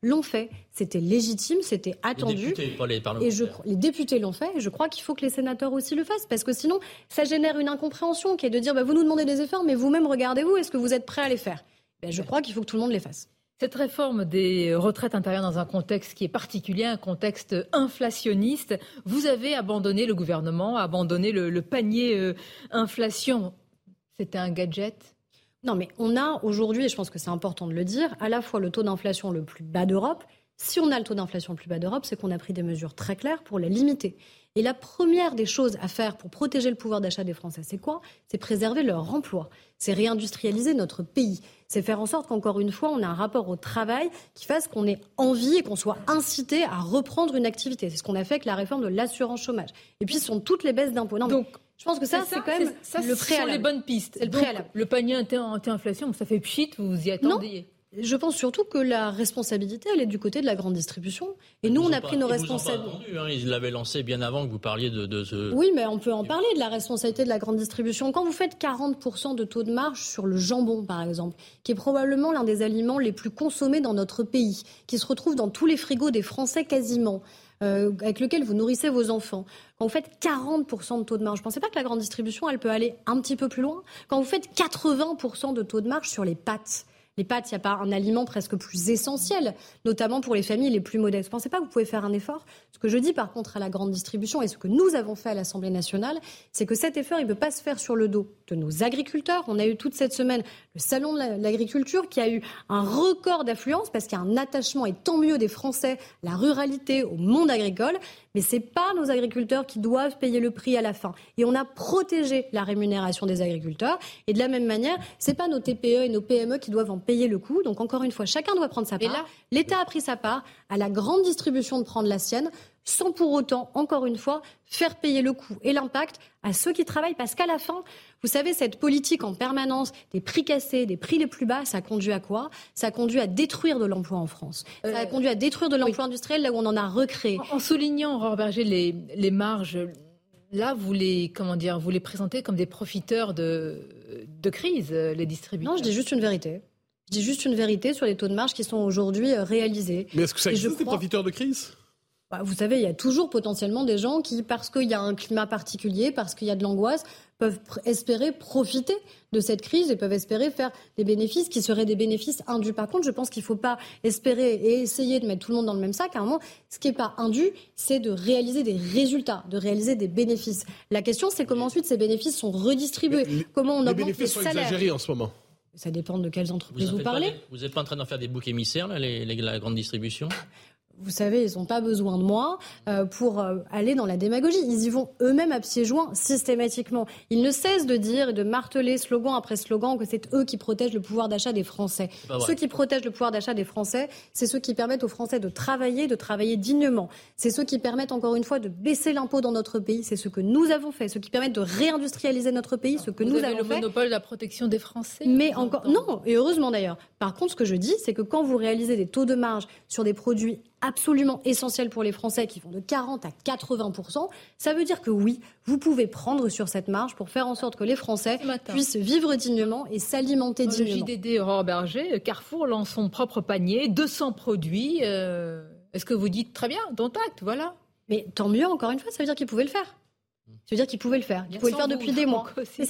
l'ont fait. C'était légitime, c'était attendu. Les députés, pas les parlementaires. Les députés l'ont fait et je crois qu'il faut que les sénateurs aussi le fassent parce que sinon, ça génère une incompréhension qui est de dire vous nous demandez des efforts, mais vous-même, regardez-vous, est-ce que vous êtes prêts à les faire ? Je crois qu'il faut que tout le monde les fasse. Cette réforme des retraites intervient dans un contexte qui est particulier, un contexte inflationniste. Vous avez abandonné, le gouvernement a abandonné le panier inflation. C'était un gadget ? Non, mais on a aujourd'hui, et je pense que c'est important de le dire, à la fois le taux d'inflation le plus bas d'Europe. Si on a le taux d'inflation le plus bas d'Europe, c'est qu'on a pris des mesures très claires pour la limiter. Et la première des choses à faire pour protéger le pouvoir d'achat des Français, c'est quoi ? C'est préserver leur emploi. C'est réindustrialiser notre pays. C'est faire en sorte qu'encore une fois, on ait un rapport au travail qui fasse qu'on ait envie et qu'on soit incité à reprendre une activité. C'est ce qu'on a fait avec la réforme de l'assurance chômage. Et puis, ce sont toutes les baisses d'impôts. Non, donc, je pense que ça, c'est quand même le préalable. Ce sont les bonnes pistes. C'est le préalable. Le panier anti-inflation, ça fait pchit, vous y attendiez. Non. Je pense surtout que la responsabilité, elle est du côté de la grande distribution. Et nous, on a pris nos responsabilités. Ils l'avaient lancé bien avant que vous parliez de ce... Oui, mais on peut en parler de la responsabilité de la grande distribution. Quand vous faites 40% de taux de marge sur le jambon, par exemple, qui est probablement l'un des aliments les plus consommés dans notre pays, qui se retrouve dans tous les frigos des Français quasiment, avec lequel vous nourrissez vos enfants. Quand vous faites 40% de taux de marge, je ne pensais pas que la grande distribution, elle peut aller un petit peu plus loin. Quand vous faites 80% de taux de marge sur les pâtes, les pâtes, il n'y a pas un aliment presque plus essentiel, notamment pour les familles les plus modestes. Vous ne pensez pas que vous pouvez faire un effort ? Ce que je dis par contre à la grande distribution et ce que nous avons fait à l'Assemblée nationale, c'est que cet effort, il ne peut pas se faire sur le dos de nos agriculteurs. On a eu toute cette semaine le salon de l'agriculture qui a eu un record d'affluence parce qu'il y a un attachement, et tant mieux, des Français à la ruralité, au monde agricole. Mais ce n'est pas nos agriculteurs qui doivent payer le prix à la fin. Et on a protégé la rémunération des agriculteurs. Et de la même manière, ce n'est pas nos TPE et nos PME qui doivent en payer le coût. Donc encore une fois, chacun doit prendre sa part. Là, l'État a pris sa part, à la grande distribution de prendre la sienne, sans pour autant, encore une fois, faire payer le coût et l'impact à ceux qui travaillent. Parce qu'à la fin, vous savez, cette politique en permanence des prix cassés, des prix les plus bas, ça a conduit à quoi ? Ça a conduit à détruire de l'emploi en France. Ça a conduit à détruire de l'emploi industriel là où on en a recréé. En soulignant, Aurore Bergé, les marges, là, vous les présentez comme des profiteurs de crise, les distributeurs. Non, je dis juste une vérité. Je dis juste une vérité sur les taux de marge qui sont aujourd'hui réalisés. Mais est-ce que ça existe, des profiteurs de crise ? Vous savez, il y a toujours potentiellement des gens qui, parce qu'il y a un climat particulier, parce qu'il y a de l'angoisse, peuvent espérer profiter de cette crise et peuvent espérer faire des bénéfices qui seraient des bénéfices indus. Par contre, je pense qu'il ne faut pas espérer et essayer de mettre tout le monde dans le même sac. À un moment, ce qui n'est pas indu, c'est de réaliser des résultats, de réaliser des bénéfices. La question, c'est comment ensuite ces bénéfices sont redistribués. Comment on augmente les salaires. Les bénéfices sont exagérés en ce moment. Ça dépend de quelles entreprises vous parlez. Vous n'êtes pas en train d'en faire des boucs émissaires, là, la grande distribution ? Vous savez, ils n'ont pas besoin de moi pour aller dans la démagogie. Ils y vont eux-mêmes à pieds joints systématiquement. Ils ne cessent de dire et de marteler slogan après slogan que c'est eux qui protègent le pouvoir d'achat des Français. Ceux qui protègent le pouvoir d'achat des Français, c'est ceux qui permettent aux Français de travailler dignement. C'est ceux qui permettent encore une fois de baisser l'impôt dans notre pays. C'est ce que nous avons fait. Ceux qui permettent de réindustrialiser notre pays, ce que nous avons fait. Vous avez le monopole de la protection des Français. Mais encore non, et heureusement d'ailleurs. Par contre, ce que je dis, c'est que quand vous réalisez des taux de marge sur des produits absolument essentiels pour les Français qui vont de 40 à 80%, ça veut dire que oui, vous pouvez prendre sur cette marge pour faire en sorte que les Français puissent vivre dignement et s'alimenter dignement. Le JDD Aurore Bergé, Carrefour lance son propre panier, 200 produits. Est-ce que vous dites très bien, dont acte, voilà. Mais tant mieux, encore une fois, ça veut dire qu'ils pouvaient le faire. Ça veut dire qu'ils pouvaient le faire. Ils pouvaient le faire depuis des mois.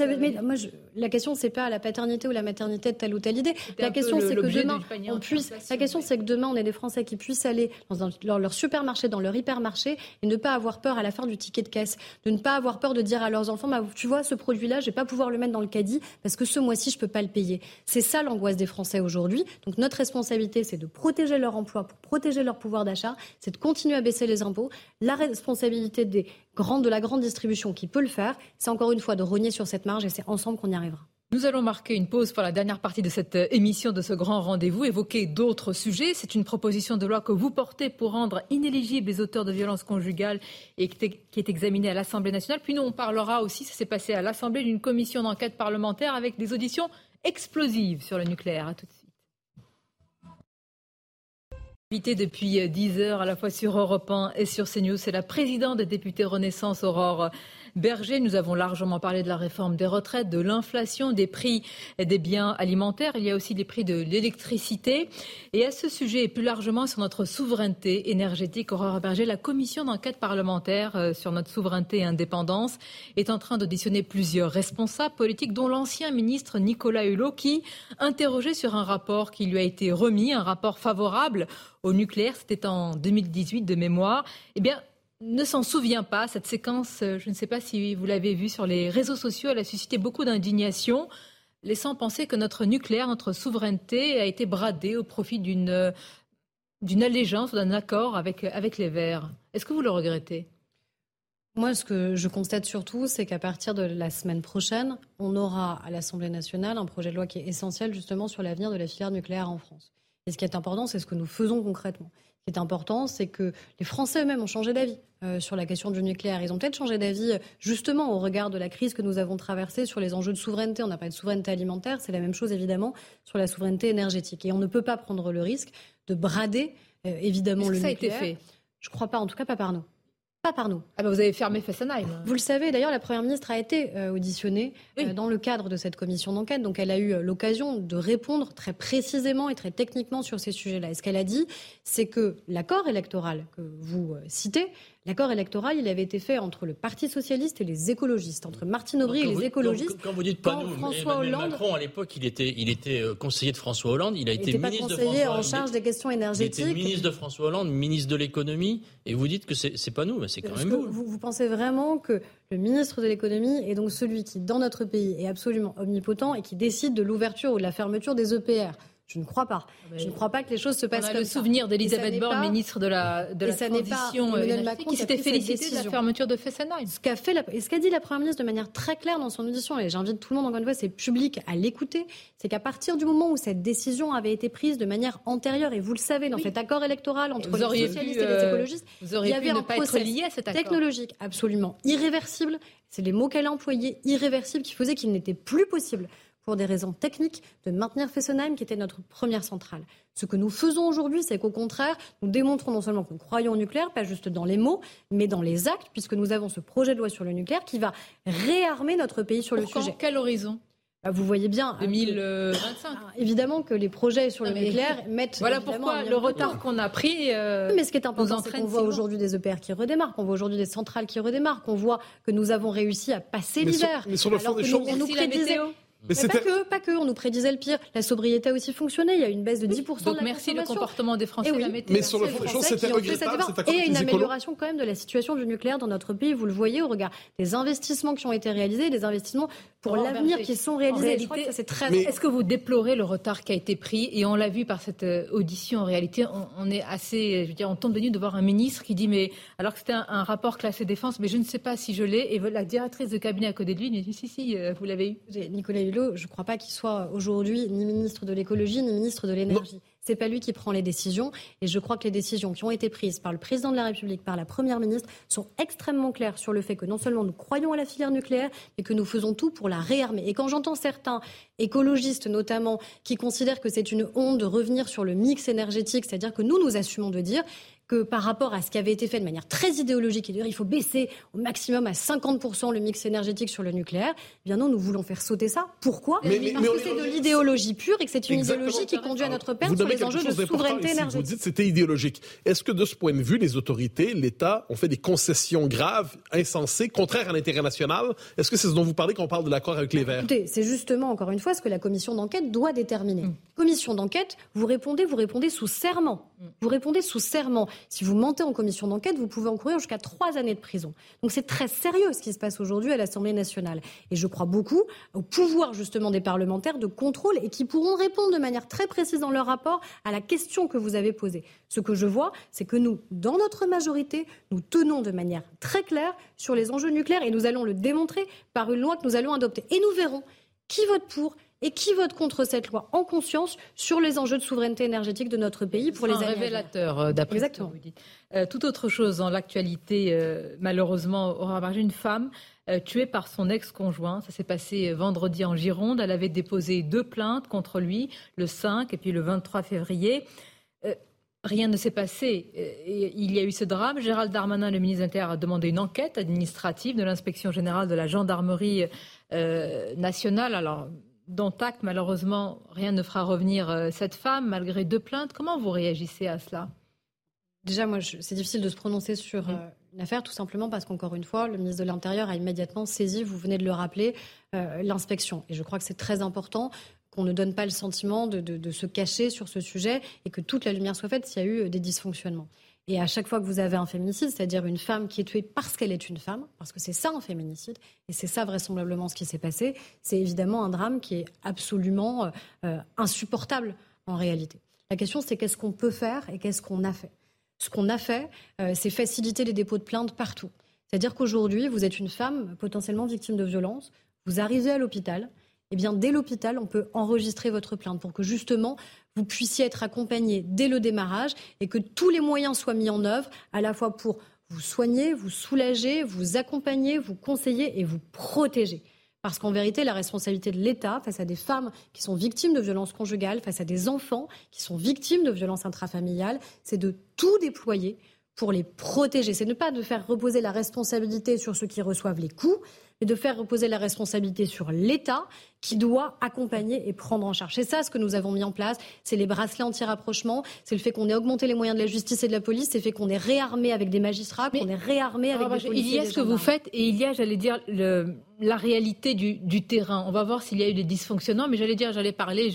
La question, c'est pas la paternité ou la maternité de telle ou telle idée. La question, c'est que demain, on ait des Français qui puissent aller dans leur supermarché, dans leur hypermarché et ne pas avoir peur à la fin du ticket de caisse. De ne pas avoir peur de dire à leurs enfants, tu vois, ce produit-là, je vais pas pouvoir le mettre dans le caddie parce que ce mois-ci, je peux pas le payer. C'est ça l'angoisse des Français aujourd'hui. Donc notre responsabilité, c'est de protéger leur emploi, pour protéger leur pouvoir d'achat, c'est de continuer à baisser les impôts. La responsabilité de la grande distribution qui peut le faire, c'est encore une fois de rogner sur cette marge et c'est ensemble qu'on y arrivera. Nous allons marquer une pause pour la dernière partie de cette émission, de ce grand rendez-vous, évoquer d'autres sujets. C'est une proposition de loi que vous portez pour rendre inéligibles les auteurs de violences conjugales et qui est examinée à l'Assemblée nationale. Puis nous, on parlera aussi, ça s'est passé à l'Assemblée, d'une commission d'enquête parlementaire avec des auditions explosives sur le nucléaire. À tout de suite. Invitée depuis 10 heures à la fois sur Europe 1 et sur CNews, c'est la présidente des députés Renaissance, Aurore Berger. Nous avons largement parlé de la réforme des retraites, de l'inflation, des prix des biens alimentaires. Il y a aussi les prix de l'électricité. Et à ce sujet et plus largement sur notre souveraineté énergétique, Aurore Berger, la commission d'enquête parlementaire sur notre souveraineté et indépendance est en train d'auditionner plusieurs responsables politiques, dont l'ancien ministre Nicolas Hulot, qui interrogeait sur un rapport qui lui a été remis, un rapport favorable au nucléaire. C'était en 2018 de mémoire. Eh bien, ne s'en souvient pas. Cette séquence, je ne sais pas si vous l'avez vue sur les réseaux sociaux, elle a suscité beaucoup d'indignation, laissant penser que notre nucléaire, notre souveraineté a été bradée au profit d'une allégeance, d'un accord avec les Verts. Est-ce que vous le regrettez ? Moi, ce que je constate surtout, c'est qu'à partir de la semaine prochaine, on aura à l'Assemblée nationale un projet de loi qui est essentiel justement sur l'avenir de la filière nucléaire en France. Et ce qui est important, c'est ce que nous faisons concrètement. Ce qui est important, c'est que les Français eux-mêmes ont changé d'avis sur la question du nucléaire. Ils ont peut-être changé d'avis justement au regard de la crise que nous avons traversée sur les enjeux de souveraineté. On n'a pas de souveraineté alimentaire, c'est la même chose évidemment sur la souveraineté énergétique. Et on ne peut pas prendre le risque de brader évidemment le nucléaire. Est-ce que ça a été fait ? Je ne crois pas, en tout cas pas par nous. Pas par nous. Ah ben vous avez fermé Fessenheim. Vous le savez, d'ailleurs, la Première ministre a été auditionnée dans le cadre de cette commission d'enquête. Donc elle a eu l'occasion de répondre très précisément et très techniquement sur ces sujets-là. Et ce qu'elle a dit, c'est que l'accord électoral que vous citez, l'accord électoral, il avait été fait entre le Parti socialiste et les écologistes, entre Martine Aubry et les écologistes. Quand vous dites pas nous, François Hollande, Macron, à l'époque, il était conseiller de François Hollande. Il a été ministre de François Hollande. Il n'était pas conseiller en charge des questions énergétiques. Il était ministre de François Hollande, ministre de l'économie. Et vous dites que c'est pas nous, mais c'est quand même vous. Vous pensez vraiment que le ministre de l'économie est donc celui qui, dans notre pays, est absolument omnipotent et qui décide de l'ouverture ou de la fermeture des EPR ? Je ne crois pas. Je ne crois pas que les choses se passent comme ça. On a le souvenir d'Elisabeth Borne, ministre de la Transition énergétique, qui s'était félicitée de la fermeture de Fessenheim. Ce qu'a dit la Première ministre de manière très claire dans son audition, et j'invite tout le monde, encore une fois, c'est public, à l'écouter, c'est qu'à partir du moment où cette décision avait été prise de manière antérieure, et vous le savez, dans cet accord électoral entre les socialistes et les écologistes, il y avait un processus technologique absolument irréversible, c'est les mots qu'elle a employés, irréversible, qui faisait qu'il n'était plus possible pour des raisons techniques, de maintenir Fessenheim, qui était notre première centrale. Ce que nous faisons aujourd'hui, c'est qu'au contraire, nous démontrons non seulement que nous croyons au nucléaire, pas juste dans les mots, mais dans les actes, puisque nous avons ce projet de loi sur le nucléaire qui va réarmer notre pays sur le sujet. Quel horizon ? Vous voyez bien... 2025. Évidemment que les projets sur le nucléaire mettent... Voilà pourquoi le retard qu'on a pris... mais ce qui est important, c'est qu'on voit aujourd'hui des EPR qui redémarrent, qu'on voit aujourd'hui des centrales qui redémarrent, qu'on voit que nous avons réussi à passer l'hiver. Mais sur le fond des choses... On nous prédisait... Mais pas que, on nous prédisait le pire. La sobriété a aussi fonctionné, il y a eu une baisse de 10% de la consommation. Donc merci le comportement des Français, la météo. Mais sur le fond des choses, c'était regrettable. Et une amélioration quand même de la situation du nucléaire dans notre pays, vous le voyez au regard des investissements qui ont été réalisés, des investissements pour l'avenir qui sont réalisés. Je crois que ça, c'est très... Est-ce que vous déplorez le retard qui a été pris ? Et on l'a vu par cette audition, en réalité, on est assez... on tombe de nuit de voir un ministre qui dit, mais alors que c'était un rapport classé défense, mais je ne sais pas si je l'ai. Et la directrice de cabinet à côté de lui me dit, si, vous l'avez eu. Nicolas Hulot, je ne crois pas qu'il soit aujourd'hui ni ministre de l'écologie, ni ministre de l'énergie. C'est pas lui qui prend les décisions. Et je crois que les décisions qui ont été prises par le président de la République, par la première ministre, sont extrêmement claires sur le fait que non seulement nous croyons à la filière nucléaire, mais que nous faisons tout pour la réarmer. Et quand j'entends certains écologistes notamment qui considèrent que c'est une honte de revenir sur le mix énergétique, c'est-à-dire que nous assumons de dire que par rapport à ce qui avait été fait de manière très idéologique, et de dire il faut baisser au maximum à 50% le mix énergétique sur le nucléaire, eh bien non, nous voulons faire sauter ça. Pourquoi ? Parce que c'est de l'idéologie pure et que c'est une idéologie qui conduit à notre perte sur les enjeux de souveraineté énergétique. Vous dites que c'était idéologique. Est-ce que de ce point de vue, les autorités, l'État, ont fait des concessions graves, insensées, contraires à l'intérêt national ? Est-ce que c'est ce dont vous parlez quand on parle de l'accord avec les Verts ? Écoutez, c'est justement, encore une fois, ce que la commission d'enquête doit déterminer. Commission d'enquête, vous répondez sous serment. Vous répondez sous serment. Si vous mentez en commission d'enquête, vous pouvez encourir jusqu'à 3 années de prison. Donc c'est très sérieux ce qui se passe aujourd'hui à l'Assemblée nationale. Et je crois beaucoup au pouvoir justement des parlementaires de contrôle et qui pourront répondre de manière très précise dans leur rapport à la question que vous avez posée. Ce que je vois, c'est que nous, dans notre majorité, nous tenons de manière très claire sur les enjeux nucléaires et nous allons le démontrer par une loi que nous allons adopter. Et nous verrons qui vote pour et qui vote contre cette loi en conscience sur les enjeux de souveraineté énergétique de notre pays pour les années à venir. Révélateur, d'après ce que vous dites. Tout autre chose dans l'actualité, malheureusement, Aurore Berger, une femme tuée par son ex-conjoint. Ça s'est passé vendredi en Gironde. Elle avait déposé 2 plaintes contre lui, le 5 et puis le 23 février. rien ne s'est passé. Il y a eu ce drame. Gérald Darmanin, le ministre de l'Intérieur, a demandé une enquête administrative de l'inspection générale de la gendarmerie nationale. Alors, dont acte, malheureusement, rien ne fera revenir cette femme, malgré 2 plaintes. Comment vous réagissez à cela ? Déjà, moi, c'est difficile de se prononcer sur une affaire, tout simplement parce qu'encore une fois, le ministre de l'Intérieur a immédiatement saisi, vous venez de le rappeler, l'inspection. Et je crois que c'est très important qu'on ne donne pas le sentiment de se cacher sur ce sujet et que toute la lumière soit faite s'il y a eu des dysfonctionnements. Et à chaque fois que vous avez un féminicide, c'est-à-dire une femme qui est tuée parce qu'elle est une femme, parce que c'est ça un féminicide, et c'est ça vraisemblablement ce qui s'est passé, c'est évidemment un drame qui est absolument insupportable en réalité. La question, c'est qu'est-ce qu'on peut faire et qu'est-ce qu'on a fait ? Ce qu'on a fait, c'est faciliter les dépôts de plainte partout. C'est-à-dire qu'aujourd'hui, vous êtes une femme potentiellement victime de violence, vous arrivez à l'hôpital, eh bien, dès l'hôpital, on peut enregistrer votre plainte pour que justement, vous puissiez être accompagné dès le démarrage et que tous les moyens soient mis en œuvre, à la fois pour vous soigner, vous soulager, vous accompagner, vous conseiller et vous protéger. Parce qu'en vérité, la responsabilité de l'État face à des femmes qui sont victimes de violences conjugales, face à des enfants qui sont victimes de violences intrafamiliales, c'est de tout déployer pour les protéger. C'est ne pas de faire reposer la responsabilité sur ceux qui reçoivent les coups, mais de faire reposer la responsabilité sur l'État qui doit accompagner et prendre en charge. C'est ça ce que nous avons mis en place, c'est les bracelets anti-rapprochement, c'est le fait qu'on ait augmenté les moyens de la justice et de la police, c'est le fait qu'on ait réarmé avec des magistrats, qu'on ait réarmé avec des policiers. Il y a ce que vous faites et il y a, j'allais dire, la réalité du terrain. On va voir s'il y a eu des dysfonctionnements, mais j'allais parler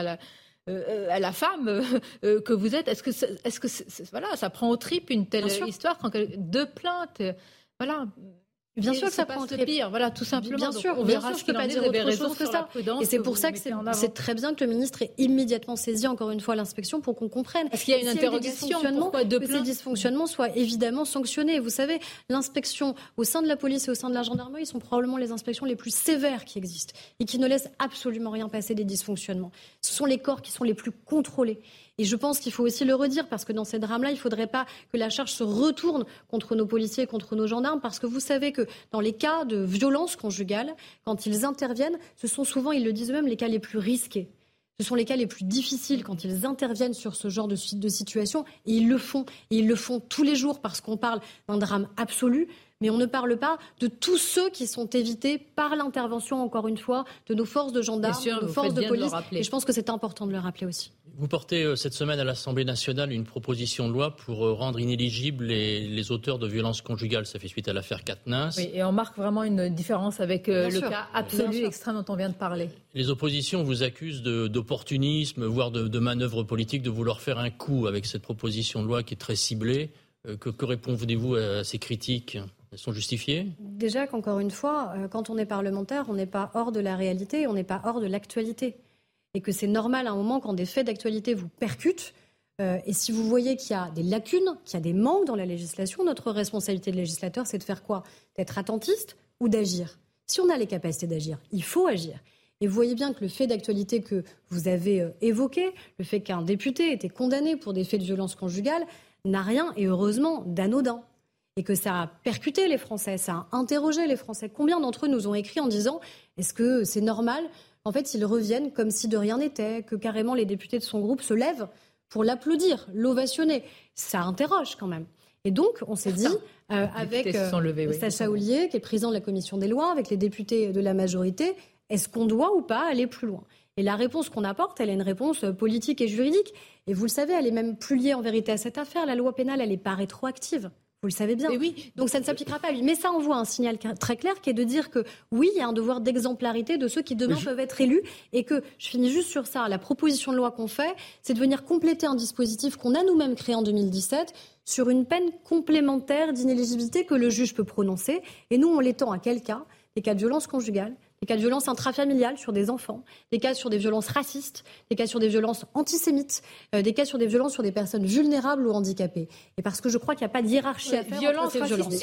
à la femme que vous êtes. Est-ce que voilà, ça prend aux tripes une telle histoire quand 2 plaintes, voilà. Bien sûr que ça prend le pire, voilà, tout simplement. Bien sûr, on verra je peux pas dire autre chose que ça. Et c'est pour ça que c'est très bien que le ministre ait immédiatement saisi encore une fois l'inspection pour qu'on comprenne. Est-ce qu'il y a une interrogation pourquoi 2 plaintes ? Que ces dysfonctionnements soient évidemment sanctionnés. Vous savez, l'inspection au sein de la police et au sein de la gendarmerie sont probablement les inspections les plus sévères qui existent et qui ne laissent absolument rien passer des dysfonctionnements. Ce sont les corps qui sont les plus contrôlés. Et je pense qu'il faut aussi le redire, parce que dans ces drames-là, il ne faudrait pas que la charge se retourne contre nos policiers et contre nos gendarmes, parce que vous savez que dans les cas de violence conjugale, quand ils interviennent, ce sont souvent, ils le disent eux-mêmes, les cas les plus risqués. Ce sont les cas les plus difficiles quand ils interviennent sur ce genre de situation, et ils le font. Et ils le font tous les jours, parce qu'on parle d'un drame absolu, mais on ne parle pas de tous ceux qui sont évités par l'intervention, encore une fois, de nos forces de gendarmes, de nos forces de police. Et je pense que c'est important de le rappeler aussi. Vous portez cette semaine à l'Assemblée nationale une proposition de loi pour rendre inéligibles les auteurs de violences conjugales. Ça fait suite à l'affaire Quatennens. Oui, et on marque vraiment une différence avec le cas absolu extrême dont on vient de parler. Les oppositions vous accusent d'opportunisme, voire de manœuvre politique, de vouloir faire un coup avec cette proposition de loi qui est très ciblée. Que répondez-vous à ces critiques ? Elles sont justifiées ? Déjà qu'encore une fois, quand on est parlementaire, on n'est pas hors de la réalité, on n'est pas hors de l'actualité. Et que c'est normal à un moment quand des faits d'actualité vous percutent. Et si vous voyez qu'il y a des lacunes, qu'il y a des manques dans la législation, notre responsabilité de législateur, c'est de faire quoi ? D'être attentiste ou d'agir ? Si on a les capacités d'agir, il faut agir. Et vous voyez bien que le fait d'actualité que vous avez évoqué, le fait qu'un député ait été condamné pour des faits de violence conjugale, n'a rien, et heureusement, d'anodin. Et que ça a percuté les Français, ça a interrogé les Français. Combien d'entre eux nous ont écrit en disant « Est-ce que c'est normal ?» En fait, ils reviennent comme si de rien n'était, que carrément les députés de son groupe se lèvent pour l'applaudir, l'ovationner. Ça interroge quand même. Et donc, on s'est dit, avec Sacha Houlié, qui est président de la commission des lois, avec les députés de la majorité, est-ce qu'on doit ou pas aller plus loin ? Et la réponse qu'on apporte, elle est une réponse politique et juridique. Et vous le savez, elle est même plus liée en vérité à cette affaire. La loi pénale, elle n'est pas rétroactive. Vous le savez bien. Oui. Donc ça ne s'appliquera pas à lui. Mais ça envoie un signal très clair qui est de dire que oui, il y a un devoir d'exemplarité de ceux qui demain peuvent être élus. Et que, je finis juste sur ça, la proposition de loi qu'on fait, c'est de venir compléter un dispositif qu'on a nous-mêmes créé en 2017 sur une peine complémentaire d'inéligibilité que le juge peut prononcer. Et nous, on l'étend à quel cas ? Les cas de violence conjugale, des cas de violence intrafamiliale sur des enfants, des cas sur des violences racistes, des cas sur des violences antisémites, des cas sur des violences sur des personnes vulnérables ou handicapées. Et parce que je crois qu'il n'y a pas de hiérarchie à faire entre ces violences.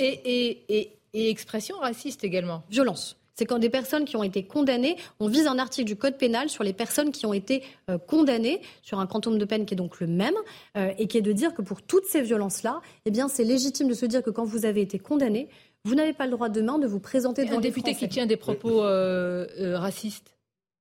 Et expression raciste également. Violence. C'est quand des personnes qui ont été condamnées, on vise un article du Code pénal sur les personnes qui ont été condamnées, sur un quantum de peine qui est donc le même, et qui est de dire que pour toutes ces violences-là, eh bien, c'est légitime de se dire que quand vous avez été condamné, vous n'avez pas le droit demain de vous présenter devant les Français. Un député qui tient des propos racistes.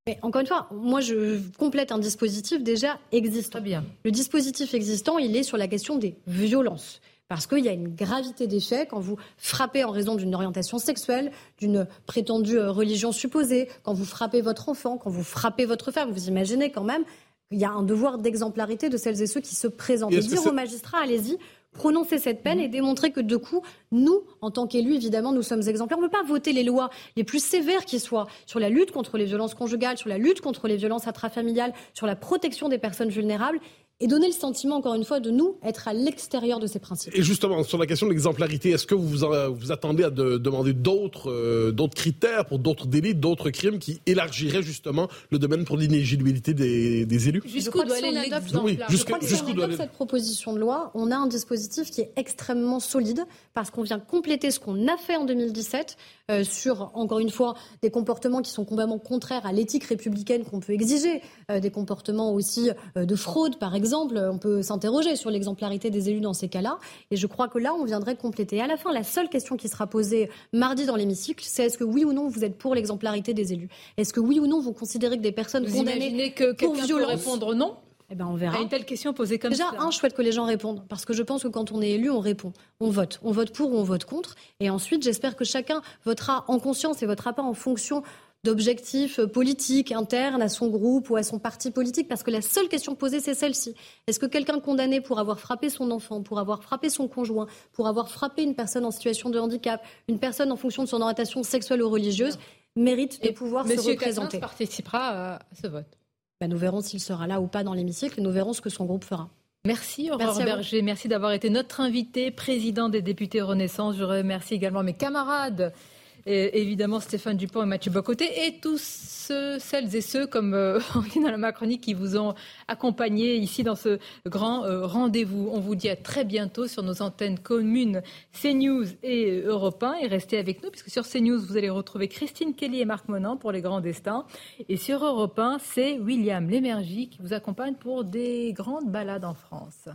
Mais encore une fois, moi je complète un dispositif déjà existant. Très bien. Le dispositif existant, il est sur la question des violences. Parce qu'il y a une gravité des faits quand vous frappez en raison d'une orientation sexuelle, d'une prétendue religion supposée, quand vous frappez votre enfant, quand vous frappez votre femme. Vous imaginez quand même qu'il y a un devoir d'exemplarité de celles et ceux qui se présentent. Et dire aux magistrats, allez-y, prononcez cette peine et démontrer que de coup, nous, en tant qu'élus, évidemment, nous sommes exemplaires. On ne peut pas voter les lois les plus sévères qui soient sur la lutte contre les violences conjugales, sur la lutte contre les violences intrafamiliales, sur la protection des personnes vulnérables, et donner le sentiment, encore une fois, de nous être à l'extérieur de ces principes. Et justement, sur la question de l'exemplarité, est-ce que vous attendez à demander d'autres critères pour d'autres délits, d'autres crimes qui élargiraient justement le domaine pour l'inéligibilité des élus? Jusqu'où doit aller l'exemplarité? Je crois que si on adopte cette proposition de loi, on a un dispositif qui est extrêmement solide parce qu'on vient compléter ce qu'on a fait en 2017 sur, encore une fois, des comportements qui sont complètement contraires à l'éthique républicaine qu'on peut exiger, des comportements aussi de fraude, par exemple. On peut s'interroger sur l'exemplarité des élus dans ces cas-là. Et je crois que là, on viendrait compléter. À la fin, la seule question qui sera posée mardi dans l'hémicycle, c'est est-ce que oui ou non vous êtes pour l'exemplarité des élus? Est-ce que oui ou non vous considérez que des personnes condamnées pour violence... répondre non? Eh ben on verra. À une telle question posée comme ça. Déjà, je souhaite que les gens répondent. Parce que je pense que quand on est élu, on répond. On vote. On vote pour ou on vote contre. Et ensuite, j'espère que chacun votera en conscience et votera pas en fonction d'objectifs politiques internes à son groupe ou à son parti politique, parce que la seule question posée, c'est celle-ci. Est-ce que quelqu'un condamné pour avoir frappé son enfant, pour avoir frappé son conjoint, pour avoir frappé une personne en situation de handicap, une personne en fonction de son orientation sexuelle ou religieuse, mérite de pouvoir se représenter? Monsieur Katins participera à ce vote. Nous verrons s'il sera là ou pas dans l'hémicycle et nous verrons ce que son groupe fera. Merci Aurore Berger, merci d'avoir été notre invité, président des députés Renaissance. Je remercie également mes camarades, et évidemment Stéphane Dupont et Mathieu Bocoté, et tous celles et ceux, comme on dit dans la Macronie, qui vous ont accompagné ici dans ce grand rendez-vous. On vous dit à très bientôt sur nos antennes communes CNews et Europe 1. Et restez avec nous, puisque sur CNews, vous allez retrouver Christine Kelly et Marc Monan pour Les Grands Destins. Et sur Europe 1, c'est William Lémergie qui vous accompagne pour des grandes balades en France.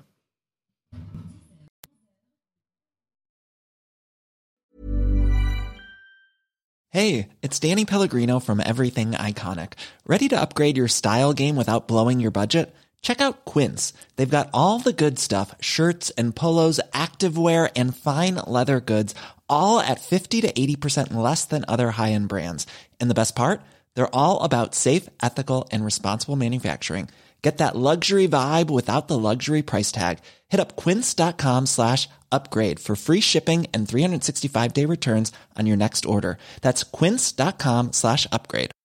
Hey, it's Danny Pellegrino from Everything Iconic. Ready to upgrade your style game without blowing your budget? Check out Quince. They've got all the good stuff, shirts and polos, activewear, and fine leather goods, all at 50 to 80% less than other high-end brands. And the best part? They're all about safe, ethical, and responsible manufacturing. Get that luxury vibe without the luxury price tag. Hit up quince.com/upgrade for free shipping and 365-day returns on your next order. That's quince.com/upgrade.